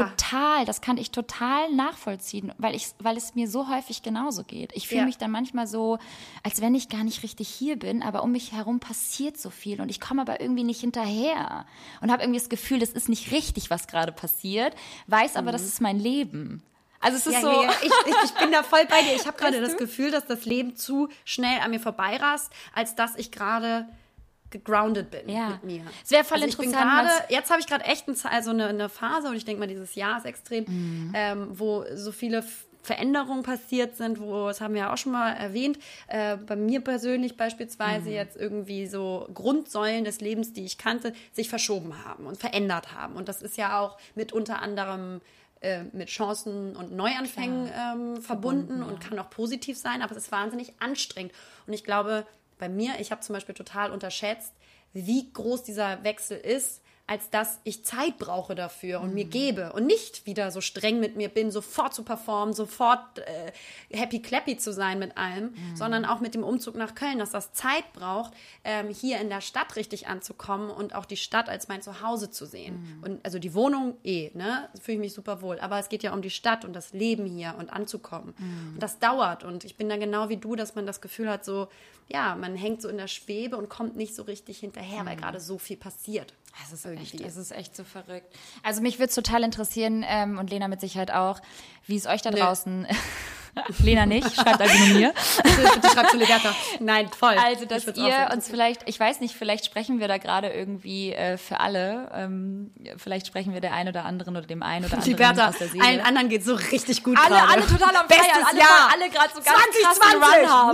total nachvollziehen, weil es mir so häufig genauso geht. Ich fühle mich dann manchmal so, als wenn ich gar nicht richtig hier bin, aber um mich herum passiert so viel und ich komme aber irgendwie nicht hinterher. Und habe irgendwie das Gefühl, das ist nicht richtig, was gerade passiert, weiß aber, das ist mein Leben. Also es ist so... Ja. Ich bin da voll bei dir. Ich habe gerade das Gefühl, dass das Leben zu schnell an mir vorbeirast, als dass ich gerade gegroundet bin mit mir. Es wäre voll interessant. Jetzt habe ich gerade echt eine Phase und ich denke mal, dieses Jahr ist extrem, wo so viele Veränderungen passiert sind, das haben wir ja auch schon mal erwähnt, bei mir persönlich beispielsweise jetzt irgendwie so Grundsäulen des Lebens, die ich kannte, sich verschoben haben und verändert haben. Und das ist ja auch mit unter anderem mit Chancen und Neuanfängen verbunden und kann auch positiv sein, aber es ist wahnsinnig anstrengend. Und ich glaube, bei mir, ich habe zum Beispiel total unterschätzt, wie groß dieser Wechsel ist, als dass ich Zeit brauche dafür und mir gebe und nicht wieder so streng mit mir bin, sofort zu performen, sofort happy-clappy zu sein mit allem, sondern auch mit dem Umzug nach Köln, dass das Zeit braucht, hier in der Stadt richtig anzukommen und auch die Stadt als mein Zuhause zu sehen. Und also die Wohnung fühle ich mich super wohl, aber es geht ja um die Stadt und das Leben hier und anzukommen. Und das dauert und ich bin da genau wie du, dass man das Gefühl hat, so, man hängt so in der Schwebe und kommt nicht so richtig hinterher, weil gerade so viel passiert. Es ist echt so verrückt. Also mich würde es total interessieren und Lena mit Sicherheit auch, wie es euch da draußen... Lena nicht, schreibt also nur mir. Bitte schreibt zu Liberta. Nein, voll. Also, dass ihr uns vielleicht, ich weiß nicht, vielleicht sprechen wir da gerade irgendwie für alle. Vielleicht sprechen wir der einen oder anderen oder dem einen oder anderen Liberta, aus der Seele. allen anderen geht so richtig gut alle total am Feiern. Alle gerade so ganz 2020. krassen Run haben.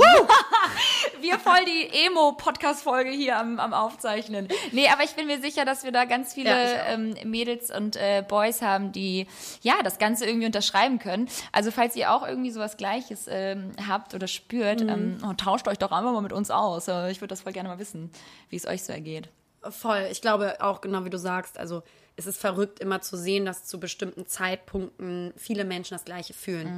Wir voll die Emo-Podcast-Folge hier am Aufzeichnen. Nee, aber ich bin mir sicher, dass wir da ganz viele Mädels und Boys haben, die das Ganze irgendwie unterschreiben können. Also, falls ihr auch irgendwie sowas Gleiches habt oder spürt, tauscht euch doch einfach mal mit uns aus. Ich würde das voll gerne mal wissen, wie es euch so ergeht. Voll. Ich glaube auch, genau wie du sagst, also es ist verrückt immer zu sehen, dass zu bestimmten Zeitpunkten viele Menschen das Gleiche fühlen.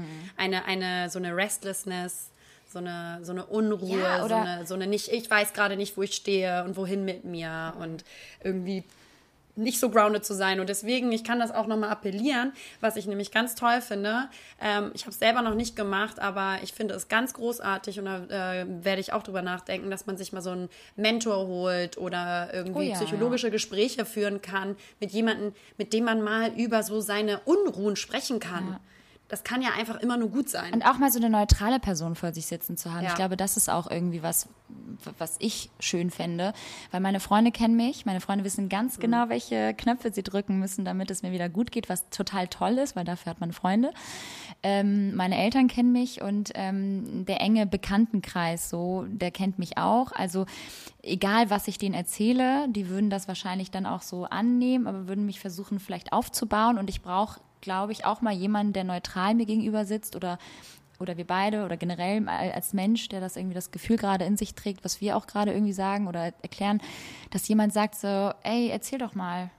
So eine Restlessness, so eine Unruhe, so eine nicht, ich weiß gerade nicht, wo ich stehe und wohin mit mir und irgendwie nicht so grounded zu sein. Und deswegen, ich kann das auch nochmal appellieren, was ich nämlich ganz toll finde. Ich habe es selber noch nicht gemacht, aber ich finde es ganz großartig und da werde ich auch drüber nachdenken, dass man sich mal so einen Mentor holt oder irgendwie psychologische Gespräche führen kann mit jemandem, mit dem man mal über so seine Unruhen sprechen kann. Ja. Das kann ja einfach immer nur gut sein. Und auch mal so eine neutrale Person vor sich sitzen zu haben. Ja. Ich glaube, das ist auch irgendwie was ich schön fände. Weil meine Freunde kennen mich. Meine Freunde wissen ganz genau, welche Knöpfe sie drücken müssen, damit es mir wieder gut geht, was total toll ist, weil dafür hat man Freunde. Meine Eltern kennen mich und der enge Bekanntenkreis, der kennt mich auch. Also egal, was ich denen erzähle, die würden das wahrscheinlich dann auch so annehmen, aber würden mich versuchen, vielleicht aufzubauen. Und ich brauche, glaube ich, auch mal jemanden, der neutral mir gegenüber sitzt oder wir beide oder generell als Mensch, der das irgendwie das Gefühl gerade in sich trägt, was wir auch gerade irgendwie sagen oder erklären, dass jemand sagt so, ey, erzähl doch mal,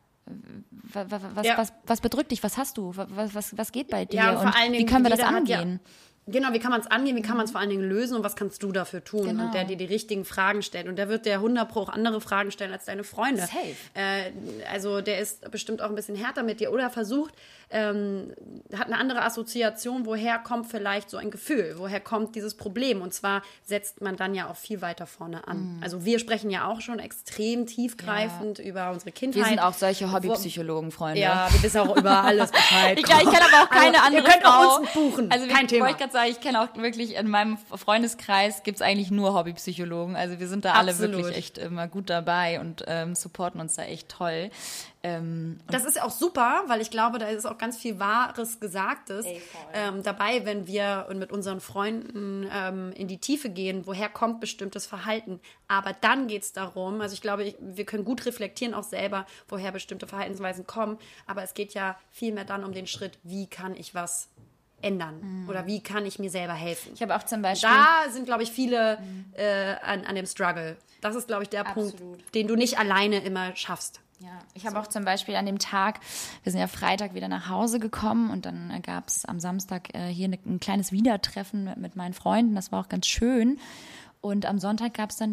was bedrückt dich, was hast du, was geht bei dir und vor allen Dingen, wie können wir das angehen? Genau, wie kann man es angehen, wie kann man es vor allen Dingen lösen und was kannst du dafür tun? Genau. Und der dir die richtigen Fragen stellt. Und der wird dir 100% auch andere Fragen stellen als deine Freunde. Safe. Also der ist bestimmt auch ein bisschen härter mit dir oder versucht, hat eine andere Assoziation, woher kommt vielleicht so ein Gefühl, woher kommt dieses Problem. Und zwar setzt man dann ja auch viel weiter vorne an. Also wir sprechen ja auch schon extrem tiefgreifend über unsere Kindheit. Wir sind auch solche Hobbypsychologen, Freunde. Ja, wir wissen auch über alles Bescheid. Ich kenne aber auch keine andere Frau. Ihr könnt auch uns buchen, also kein Thema. Ich kenne auch wirklich, in meinem Freundeskreis gibt es eigentlich nur Hobbypsychologen. Also wir sind da alle wirklich echt immer gut dabei und supporten uns da echt toll. Das ist auch super, weil ich glaube, da ist auch ganz viel Wahres Gesagtes dabei, wenn wir mit unseren Freunden in die Tiefe gehen, woher kommt bestimmtes Verhalten. Aber dann geht es darum, also ich glaube, wir können gut reflektieren auch selber, woher bestimmte Verhaltensweisen kommen, aber es geht ja vielmehr dann um den Schritt, wie kann ich was ändern oder wie kann ich mir selber helfen. Ich habe auch zum Beispiel... Da sind, glaube ich, viele an dem Struggle. Das ist, glaube ich, der Punkt, den du nicht alleine immer schaffst. Ja, ich habe auch zum Beispiel an dem Tag, wir sind ja Freitag wieder nach Hause gekommen und dann gab es am Samstag hier ein kleines Wiedertreffen mit meinen Freunden, das war auch ganz schön und am Sonntag gab es dann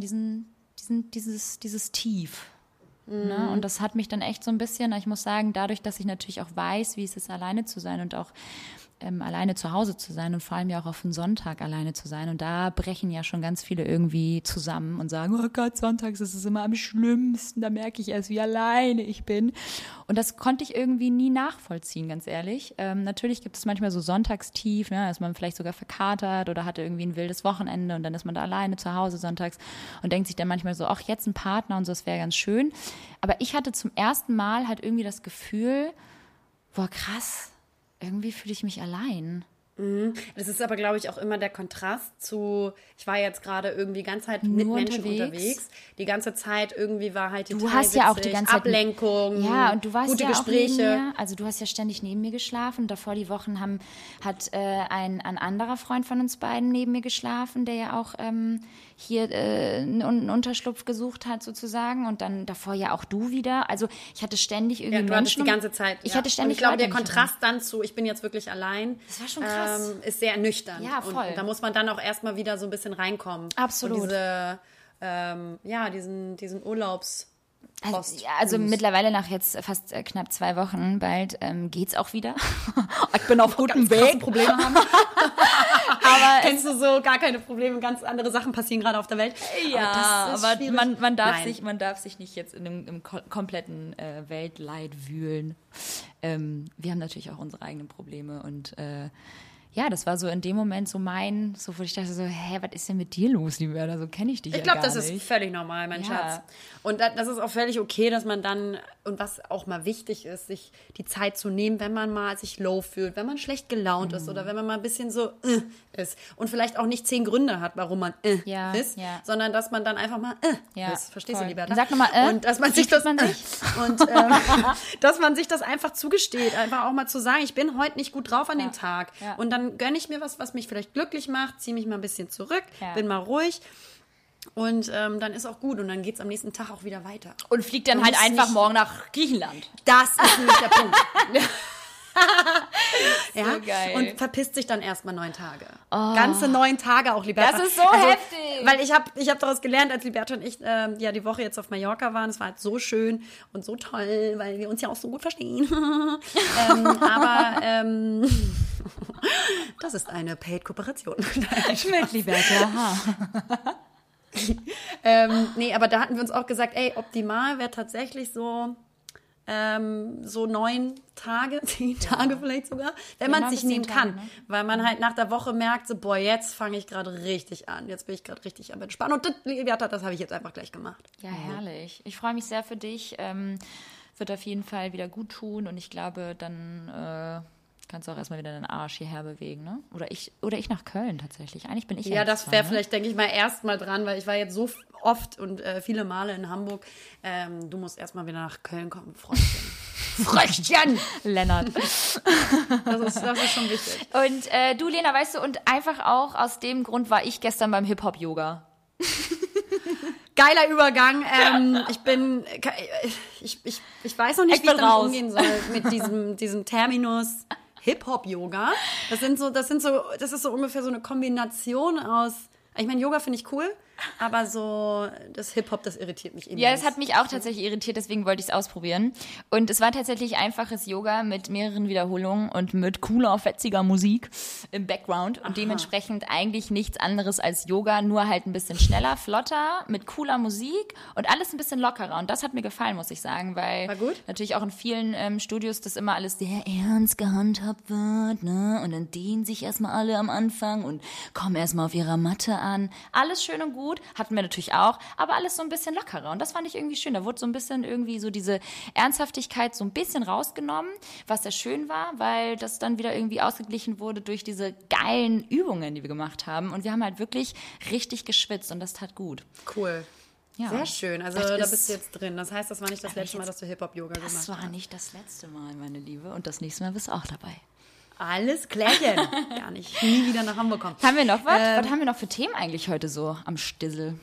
dieses Tief. Ne? Und das hat mich dann echt so ein bisschen, ich muss sagen, dadurch, dass ich natürlich auch weiß, wie es ist, alleine zu sein und auch alleine zu Hause zu sein und vor allem ja auch auf den Sonntag alleine zu sein. Und da brechen ja schon ganz viele irgendwie zusammen und sagen, oh Gott, sonntags ist es immer am schlimmsten, da merke ich erst, wie alleine ich bin. Und das konnte ich irgendwie nie nachvollziehen, ganz ehrlich. Natürlich gibt es manchmal so Sonntagstief, ne, dass man vielleicht sogar verkatert oder hatte irgendwie ein wildes Wochenende und dann ist man da alleine zu Hause sonntags und denkt sich dann manchmal so, ach, jetzt ein Partner und so, das wäre ganz schön. Aber ich hatte zum ersten Mal halt irgendwie das Gefühl, boah, krass, irgendwie fühle ich mich allein. Das ist aber, glaube ich, auch immer der Kontrast zu, ich war jetzt gerade irgendwie ganz Zeit mit Menschen unterwegs. Die ganze Zeit irgendwie war halt total witzig, ja auch die ganze Zeit Ablenkung, ja, und du warst gute ja Gespräche. Auch neben mir, also du hast ja ständig neben mir geschlafen. Davor die Wochen hat ein anderer Freund von uns beiden neben mir geschlafen, der ja auch hier einen Unterschlupf gesucht hat sozusagen und dann davor ja auch du wieder. Also ich hatte ständig irgendwie du Menschen. Die ganze Zeit. Ich hatte ständig. Und ich glaube, der Kontrast dann zu, ich bin jetzt wirklich allein, das war schon krass. Ist sehr ernüchternd. Ja, voll. Und da muss man dann auch erstmal wieder so ein bisschen reinkommen. Absolut. Und diesen Urlaubs... Also mittlerweile nach jetzt fast knapp 2 Wochen bald geht's auch wieder. Ich bin auf gutem Weg. Probleme haben. Aber kennst du so, gar keine Probleme, ganz andere Sachen passieren gerade auf der Welt. Ja, aber man darf sich nicht jetzt im kompletten Weltleid wühlen. Wir haben natürlich auch unsere eigenen Probleme und ja, das war so in dem Moment so wo ich dachte so, was ist denn mit dir los, Liberta? So kenne ich dich Ich glaube, gar nicht. das ist völlig normal, mein Schatz. Und das ist auch völlig okay, dass man dann, und was auch mal wichtig ist, sich die Zeit zu nehmen, wenn man mal sich low fühlt, wenn man schlecht gelaunt ist oder wenn man mal ein bisschen so ist und vielleicht auch nicht 10 Gründe hat, warum man ist, sondern dass man dann einfach mal ist. Verstehst du, Liberta? Sag nochmal und dass man sich das und dass man sich das einfach zugesteht, einfach auch mal zu sagen, ich bin heute nicht gut drauf an dem Tag und dann gönne ich mir was mich vielleicht glücklich macht, ziehe mich mal ein bisschen zurück, bin mal ruhig und dann ist auch gut und dann geht es am nächsten Tag auch wieder weiter. Und fliegt dann halt einfach morgen nach Griechenland. Das ist nämlich der Punkt. So geil. Und verpisst sich dann erstmal 9 Tage. Ganze 9 Tage auch, Liberta. Das ist so heftig. Weil ich hab daraus gelernt, als Liberta und ich die Woche jetzt auf Mallorca waren. Es war halt so schön und so toll, weil wir uns ja auch so gut verstehen. Aber das ist eine Paid-Kooperation. Schmeckt, Liberta. Nee, aber da hatten wir uns auch gesagt, optimal wäre tatsächlich so 9 Tage, 10 Tage vielleicht sogar, wenn man es sich nehmen kann. Ne? Weil man halt nach der Woche merkt, so, boah, jetzt fange ich gerade richtig an. Jetzt bin ich gerade richtig am Entspannen. Und das habe ich jetzt einfach gleich gemacht. Ja, herrlich. Ich freue mich sehr für dich. Wird auf jeden Fall wieder gut tun. Und ich glaube, dann kannst du auch erstmal wieder deinen Arsch hierher bewegen, ne? Oder ich nach Köln tatsächlich. Eigentlich bin ich ja das wäre vielleicht, denke ich mal, erst mal dran, weil ich war jetzt so oft und viele Male in Hamburg. Du musst erstmal wieder nach Köln kommen, Freundchen. Freundchen! Lennart. Das ist schon wichtig. Und du, Lena, weißt du, und einfach auch aus dem Grund war ich gestern beim Hip-Hop-Yoga. Geiler Übergang. Ich weiß noch nicht, wie ich damit umgehen soll mit diesem Terminus Hip-Hop-Yoga. Das ist so ungefähr so eine Kombination aus, ich meine, Yoga finde ich cool, aber so das Hip-Hop, das irritiert mich irgendwie. Ja, es hat mich auch tatsächlich irritiert, deswegen wollte ich es ausprobieren. Und es war tatsächlich einfaches Yoga mit mehreren Wiederholungen und mit cooler, fetziger Musik im Background. Und dementsprechend eigentlich nichts anderes als Yoga, nur halt ein bisschen schneller, flotter, mit cooler Musik und alles ein bisschen lockerer. Und das hat mir gefallen, muss ich sagen, weil natürlich auch in vielen Studios das immer alles sehr ernst gehandhabt wird, ne? Und dann dehnen sich erstmal alle am Anfang und kommen erstmal auf ihrer Matte an. Alles schön und gut, hatten wir natürlich auch, aber alles so ein bisschen lockerer. Und das fand ich irgendwie schön. Da wurde so ein bisschen irgendwie so diese Ernsthaftigkeit so ein bisschen rausgenommen, was sehr schön war, weil das dann wieder irgendwie ausgeglichen wurde durch diese geilen Übungen, die wir gemacht haben. Und wir haben halt wirklich richtig geschwitzt und das tat gut. Cool. Ja. Sehr schön. Also da bist du jetzt drin. Das heißt, das war nicht das letzte Mal, dass du Hip-Hop-Yoga gemacht hast. Das war nicht das letzte Mal, meine Liebe. Und das nächste Mal bist du auch dabei. Alles klärchen. Gar nicht. Nie wieder nach Hamburg kommen. Haben wir noch was? Was haben wir noch für Themen eigentlich heute so am Stissel?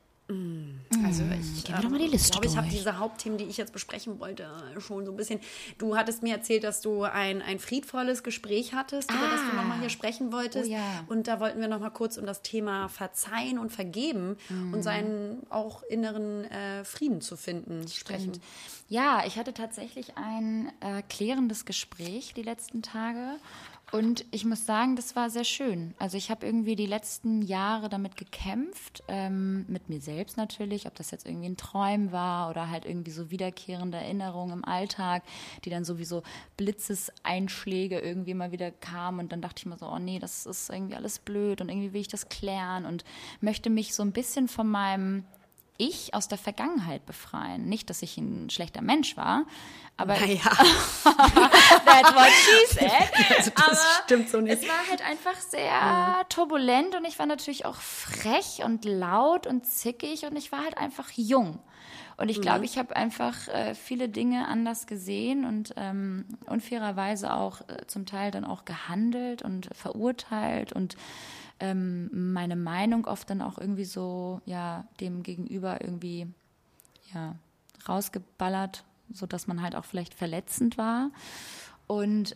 Also gehen wir doch mal die Liste durch. Ich habe diese Hauptthemen, die ich jetzt besprechen wollte, schon so ein bisschen. Du hattest mir erzählt, dass du ein friedvolles Gespräch hattest, über das du nochmal hier sprechen wolltest. Oh, ja. Und da wollten wir nochmal kurz um das Thema Verzeihen und Vergeben und seinen auch inneren Frieden zu finden sprechen. Ja, ich hatte tatsächlich ein klärendes Gespräch die letzten Tage. Und ich muss sagen, das war sehr schön. Also ich habe irgendwie die letzten Jahre damit gekämpft, mit mir selbst natürlich, ob das jetzt irgendwie ein Träum war oder halt irgendwie so wiederkehrende Erinnerungen im Alltag, die dann sowieso Blitzeseinschläge irgendwie mal wieder kamen. Und dann dachte ich mir so, oh nee, das ist irgendwie alles blöd und irgendwie will ich das klären und möchte mich so ein bisschen von meinem Ich aus der Vergangenheit befreien. Nicht, dass ich ein schlechter Mensch war, aber naja. That's what she said. Also das stimmt so nicht. Es war halt einfach sehr turbulent und ich war natürlich auch frech und laut und zickig und ich war halt einfach jung. Und ich glaube, ich habe einfach viele Dinge anders gesehen und unfairerweise auch zum Teil dann auch gehandelt und verurteilt und meine Meinung oft dann auch irgendwie so, ja, dem Gegenüber irgendwie, ja, rausgeballert, sodass man halt auch vielleicht verletzend war. Und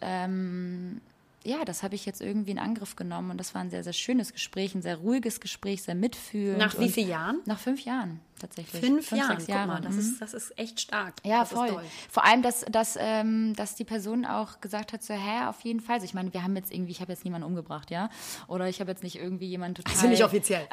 ja, das habe ich jetzt irgendwie in Angriff genommen und das war ein sehr, sehr schönes Gespräch, ein sehr ruhiges Gespräch, sehr mitfühlend. Nach wie vielen Jahren? Nach 5 Jahren tatsächlich. 5 Jahre, 6 Jahre. guck mal, das ist echt stark. Ja, das voll. Ist doll. Vor allem, dass die Person auch gesagt hat, so, auf jeden Fall. Also ich meine, wir haben jetzt irgendwie, ich habe jetzt niemanden umgebracht, ja? Oder ich habe jetzt nicht irgendwie jemanden total... Also nicht offiziell.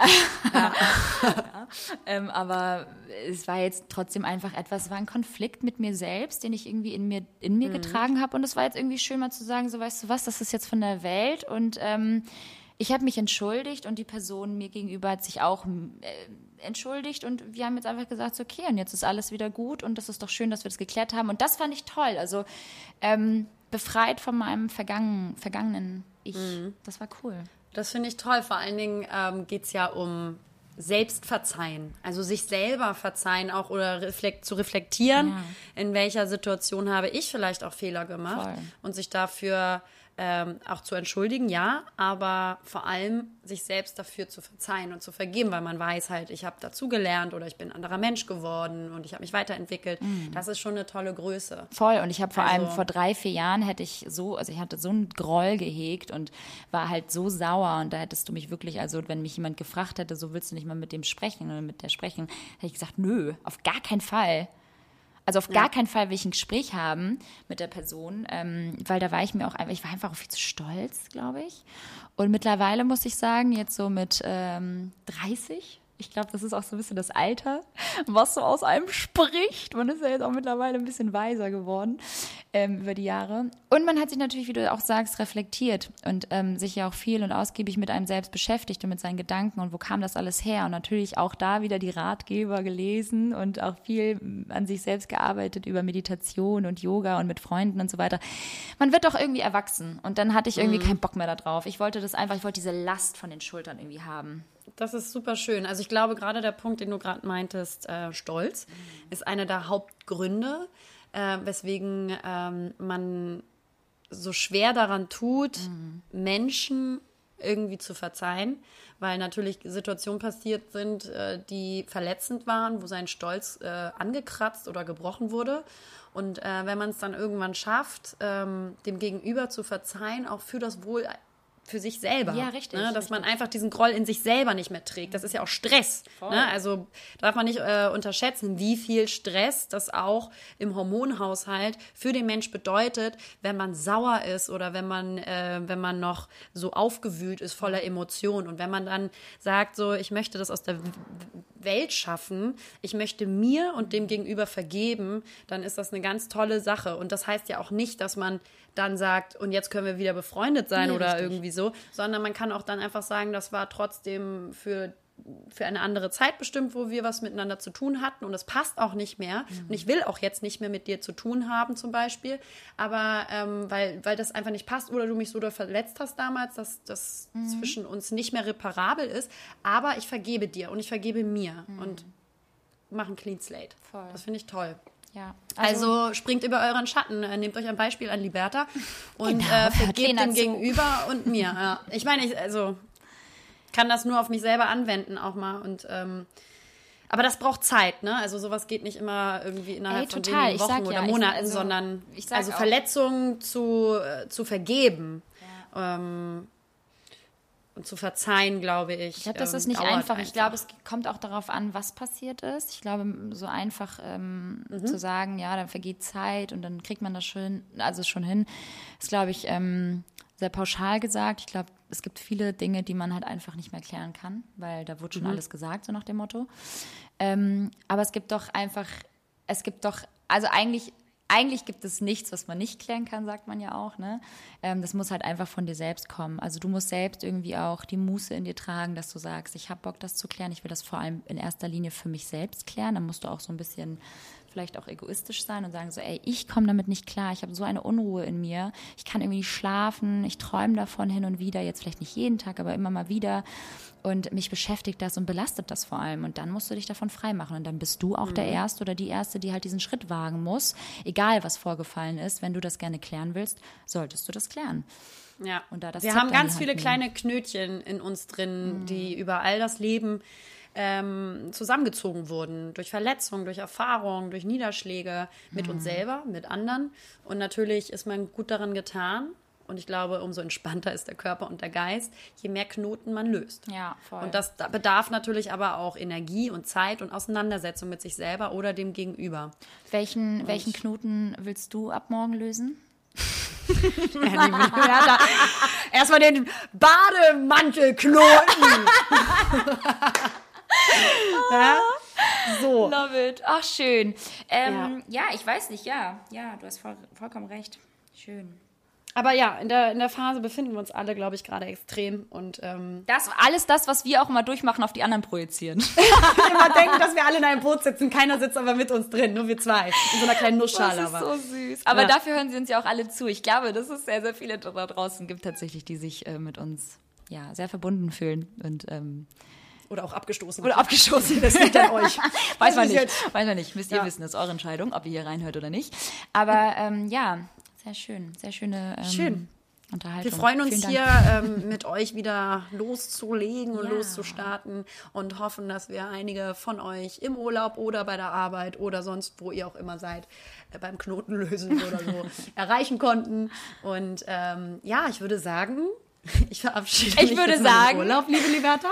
Aber es war jetzt trotzdem einfach etwas, war ein Konflikt mit mir selbst, den ich irgendwie in mir getragen habe. Und es war jetzt irgendwie schön mal zu sagen, so, weißt du was, das ist jetzt von der Welt. Und ich habe mich entschuldigt und die Person mir gegenüber hat sich auch entschuldigt. Und wir haben jetzt einfach gesagt, so, okay, und jetzt ist alles wieder gut. Und das ist doch schön, dass wir das geklärt haben. Und das fand ich toll. Also befreit von meinem vergangenen Ich. Das war cool. Das finde ich toll. Vor allen Dingen geht es ja um Selbstverzeihen. Also sich selber verzeihen auch oder zu reflektieren, in welcher Situation habe ich vielleicht auch Fehler gemacht. Voll. Und sich dafür auch zu entschuldigen, ja, aber vor allem sich selbst dafür zu verzeihen und zu vergeben, weil man weiß halt, ich habe dazugelernt oder ich bin ein anderer Mensch geworden und ich habe mich weiterentwickelt. Das ist schon eine tolle Größe. Voll, und ich habe vor allem vor 3-4 Jahren ich hatte so einen Groll gehegt und war halt so sauer und da hättest du mich wirklich, also wenn mich jemand gefragt hätte, so willst du nicht mal mit dem sprechen oder mit der sprechen, hätte ich gesagt, nö, auf gar keinen Fall. Also auf gar keinen Fall will ich ein Gespräch haben mit der Person, weil da war ich mir auch einfach, ich war einfach auch viel zu stolz, glaube ich. Und mittlerweile muss ich sagen, jetzt so mit 30, ich glaube, das ist auch so ein bisschen das Alter, was so aus einem spricht. Man ist ja jetzt auch mittlerweile ein bisschen weiser geworden über die Jahre. Und man hat sich natürlich, wie du auch sagst, reflektiert und sich ja auch viel und ausgiebig mit einem selbst beschäftigt und mit seinen Gedanken und wo kam das alles her. Und natürlich auch da wieder die Ratgeber gelesen und auch viel an sich selbst gearbeitet über Meditation und Yoga und mit Freunden und so weiter. Man wird doch irgendwie erwachsen. Und dann hatte ich irgendwie keinen Bock mehr darauf. Ich wollte diese Last von den Schultern irgendwie haben. Das ist super schön. Also ich glaube, gerade der Punkt, den du gerade meintest, Stolz, ist einer der Hauptgründe, weswegen man so schwer daran tut, Menschen irgendwie zu verzeihen, weil natürlich Situationen passiert sind, die verletzend waren, wo sein Stolz angekratzt oder gebrochen wurde. Und wenn man es dann irgendwann schafft, dem Gegenüber zu verzeihen, auch für das Wohl für sich selber. Ja, richtig. Ne? Dass man einfach diesen Groll in sich selber nicht mehr trägt. Das ist ja auch Stress. Ne? Also darf man nicht unterschätzen, wie viel Stress das auch im Hormonhaushalt für den Mensch bedeutet, wenn man sauer ist oder wenn man noch so aufgewühlt ist, voller Emotionen. Und wenn man dann sagt, so, ich möchte das aus der Welt schaffen, ich möchte mir und dem Gegenüber vergeben, dann ist das eine ganz tolle Sache. Und das heißt ja auch nicht, dass man dann sagt, und jetzt können wir wieder befreundet sein oder richtig. Irgendwie so, sondern man kann auch dann einfach sagen, das war trotzdem für eine andere Zeit bestimmt, wo wir was miteinander zu tun hatten und es passt auch nicht mehr und ich will auch jetzt nicht mehr mit dir zu tun haben zum Beispiel, aber weil das einfach nicht passt oder du mich so doll verletzt hast damals, dass das zwischen uns nicht mehr reparabel ist, aber ich vergebe dir und ich vergebe mir und mache ein Clean Slate. Voll. Das finde ich toll. Ja, also springt über euren Schatten, nehmt euch ein Beispiel an Liberta und vergebt dem Gegenüber und mir. Ja. Ich meine, ich kann das nur auf mich selber anwenden auch mal und aber das braucht Zeit, ne? Also sowas geht nicht immer irgendwie innerhalb von wenigen Wochen oder Monaten, sondern Verletzungen zu vergeben und zu verzeihen, glaube ich. Ich glaube, das ist nicht einfach. Ich glaube, es kommt auch darauf an, was passiert ist. Ich glaube, so einfach zu sagen, ja, dann vergeht Zeit und dann kriegt man das schon hin, ist, glaube ich, sehr pauschal gesagt. Ich glaube, es gibt viele Dinge, die man halt einfach nicht mehr klären kann, weil da wurde schon alles gesagt, so nach dem Motto. Aber es gibt doch eigentlich gibt es nichts, was man nicht klären kann, sagt man ja auch, ne? Das muss halt einfach von dir selbst kommen. Also du musst selbst irgendwie auch die Muße in dir tragen, dass du sagst, ich habe Bock, das zu klären. Ich will das vor allem in erster Linie für mich selbst klären. Dann musst du auch so ein bisschen vielleicht auch egoistisch sein und sagen so, ey, ich komme damit nicht klar. Ich habe so eine Unruhe in mir. Ich kann irgendwie nicht schlafen. Ich träume davon hin und wieder. Jetzt vielleicht nicht jeden Tag, aber immer mal wieder. Und mich beschäftigt das und belastet das vor allem. Und dann musst du dich davon freimachen. Und dann bist du auch der Erste oder die Erste, die halt diesen Schritt wagen muss. Egal, was vorgefallen ist. Wenn du das gerne klären willst, solltest du das klären. Ja, und da das wir haben ganz viele kleine Knötchen in uns drin, die über all das Leben zusammengezogen wurden. Durch Verletzungen, durch Erfahrungen, durch Niederschläge mit uns selber, mit anderen. Und natürlich ist man gut daran getan, Und ich glaube, umso entspannter ist der Körper und der Geist, je mehr Knoten man löst. Ja, voll. Und das bedarf natürlich aber auch Energie und Zeit und Auseinandersetzung mit sich selber oder dem Gegenüber. Welchen Knoten willst du ab morgen lösen? Ja, erstmal den Bademantelknoten. Ja? So. Love it. Ach, schön. Ja, ich weiß nicht. Ja, du hast vollkommen recht. Schön. Aber ja, in der Phase befinden wir uns alle, glaube ich, gerade extrem. Und alles das, was wir auch immer durchmachen, auf die anderen projizieren. immer denken, dass wir alle in einem Boot sitzen. Keiner sitzt aber mit uns drin, nur wir zwei. In so einer kleinen Nussschale. Das ist so süß. Aber dafür hören sie uns ja auch alle zu. Ich glaube, dass es sehr, sehr viele da draußen gibt tatsächlich, die sich mit uns sehr verbunden fühlen. Und oder auch abgestoßen. Das liegt an euch. Weiß man nicht. Müsst ihr Ja. wissen, das ist eure Entscheidung, ob ihr hier reinhört oder nicht. Aber sehr schön. Sehr schöne Unterhaltung. Wir freuen uns Vielen Dank. hier mit euch wieder loszulegen und loszustarten und hoffen, dass wir einige von euch im Urlaub oder bei der Arbeit oder sonst, wo ihr auch immer seid, beim Knotenlösen oder so erreichen konnten. Und ich würde sagen, ich verabschiede mich jetzt mal im Urlaub, liebe Liberta.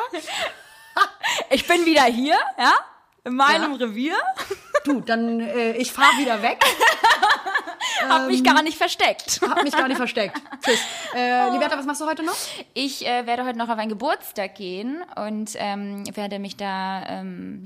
Ich bin wieder hier, in meinem Revier. Du, dann ich fahre wieder weg. Hab mich gar nicht versteckt. Tschüss. Liberta, was machst du heute noch? Ich werde heute noch auf einen Geburtstag gehen und werde mich da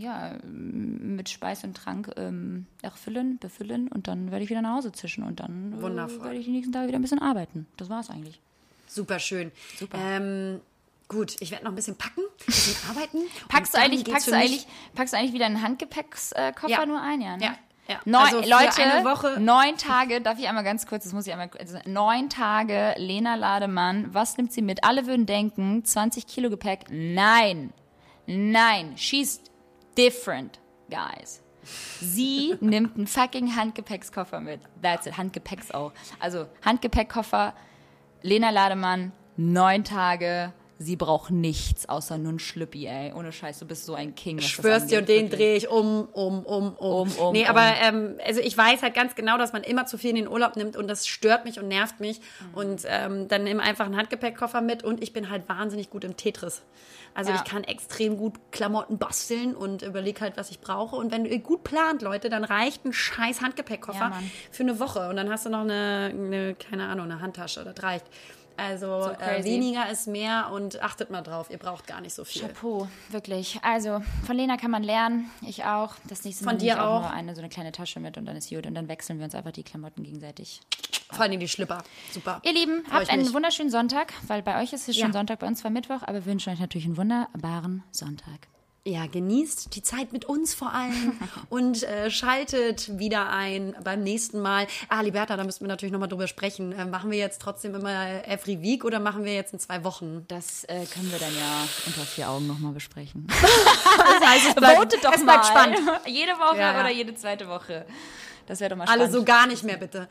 mit Speis und Trank befüllen und dann werde ich wieder nach Hause zischen und dann werde ich die nächsten Tage wieder ein bisschen arbeiten. Das war's eigentlich. Super schön. Super. Gut, ich werde noch ein bisschen packen, ein bisschen arbeiten. Packst du eigentlich wieder einen Handgepäckskoffer nur ein? Ja, ne? Ja. Leute, eine Woche. 9 Tage, darf ich einmal ganz kurz, 9 Tage, Lena Lademann, was nimmt sie mit? Alle würden denken, 20 Kilo Gepäck. Nein, she's different, guys. Sie nimmt einen fucking Handgepäckskoffer mit. That's it, Handgepäcks auch. Also Handgepäckkoffer, Lena Lademann, 9 Tage. Sie braucht nichts, außer nur ein Schlüppi, ey. Ohne Scheiß, du bist so ein King. Ich schwör's dir, und den drehe ich um. Nee, aber also ich weiß halt ganz genau, dass man immer zu viel in den Urlaub nimmt und das stört mich und nervt mich. Und dann nimm einfach einen Handgepäckkoffer mit und ich bin halt wahnsinnig gut im Tetris. Also ich kann extrem gut Klamotten basteln und überlege halt, was ich brauche. Und wenn du gut plant, Leute, dann reicht ein scheiß Handgepäckkoffer für eine Woche. Und dann hast du noch eine keine Ahnung, eine Handtasche. Das reicht. Also weniger ist mehr und achtet mal drauf, ihr braucht gar nicht so viel. Chapeau, wirklich. Also von Lena kann man lernen, ich auch. Das nächste Mal von dir auch nur so eine kleine Tasche mit und dann ist gut. Und dann wechseln wir uns einfach die Klamotten gegenseitig. Vor allem die Schlipper, super. Ihr Lieben, habt einen wunderschönen Sonntag, weil bei euch ist es schon Sonntag, bei uns war Mittwoch, aber wir wünschen euch natürlich einen wunderbaren Sonntag. Ja, genießt die Zeit mit uns vor allem und schaltet wieder ein beim nächsten Mal. Liberta, da müssen wir natürlich nochmal drüber sprechen. Machen wir jetzt trotzdem immer every week oder machen wir jetzt in 2 Wochen? Das können wir dann ja unter 4 Augen nochmal besprechen. Das heißt, es bleibt spannend. Jede Woche oder jede zweite Woche. Das wäre doch mal spannend. Alle so gar nicht mehr, bitte.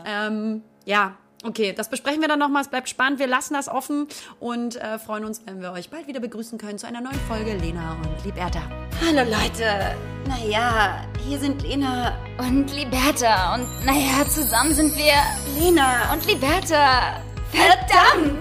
Ja. Okay, das besprechen wir dann nochmal. Es bleibt spannend. Wir lassen das offen und freuen uns, wenn wir euch bald wieder begrüßen können zu einer neuen Folge Lena und Liberta. Hallo Leute. Naja, hier sind Lena und Liberta. Und naja, zusammen sind wir Lena und Liberta. Verdammt!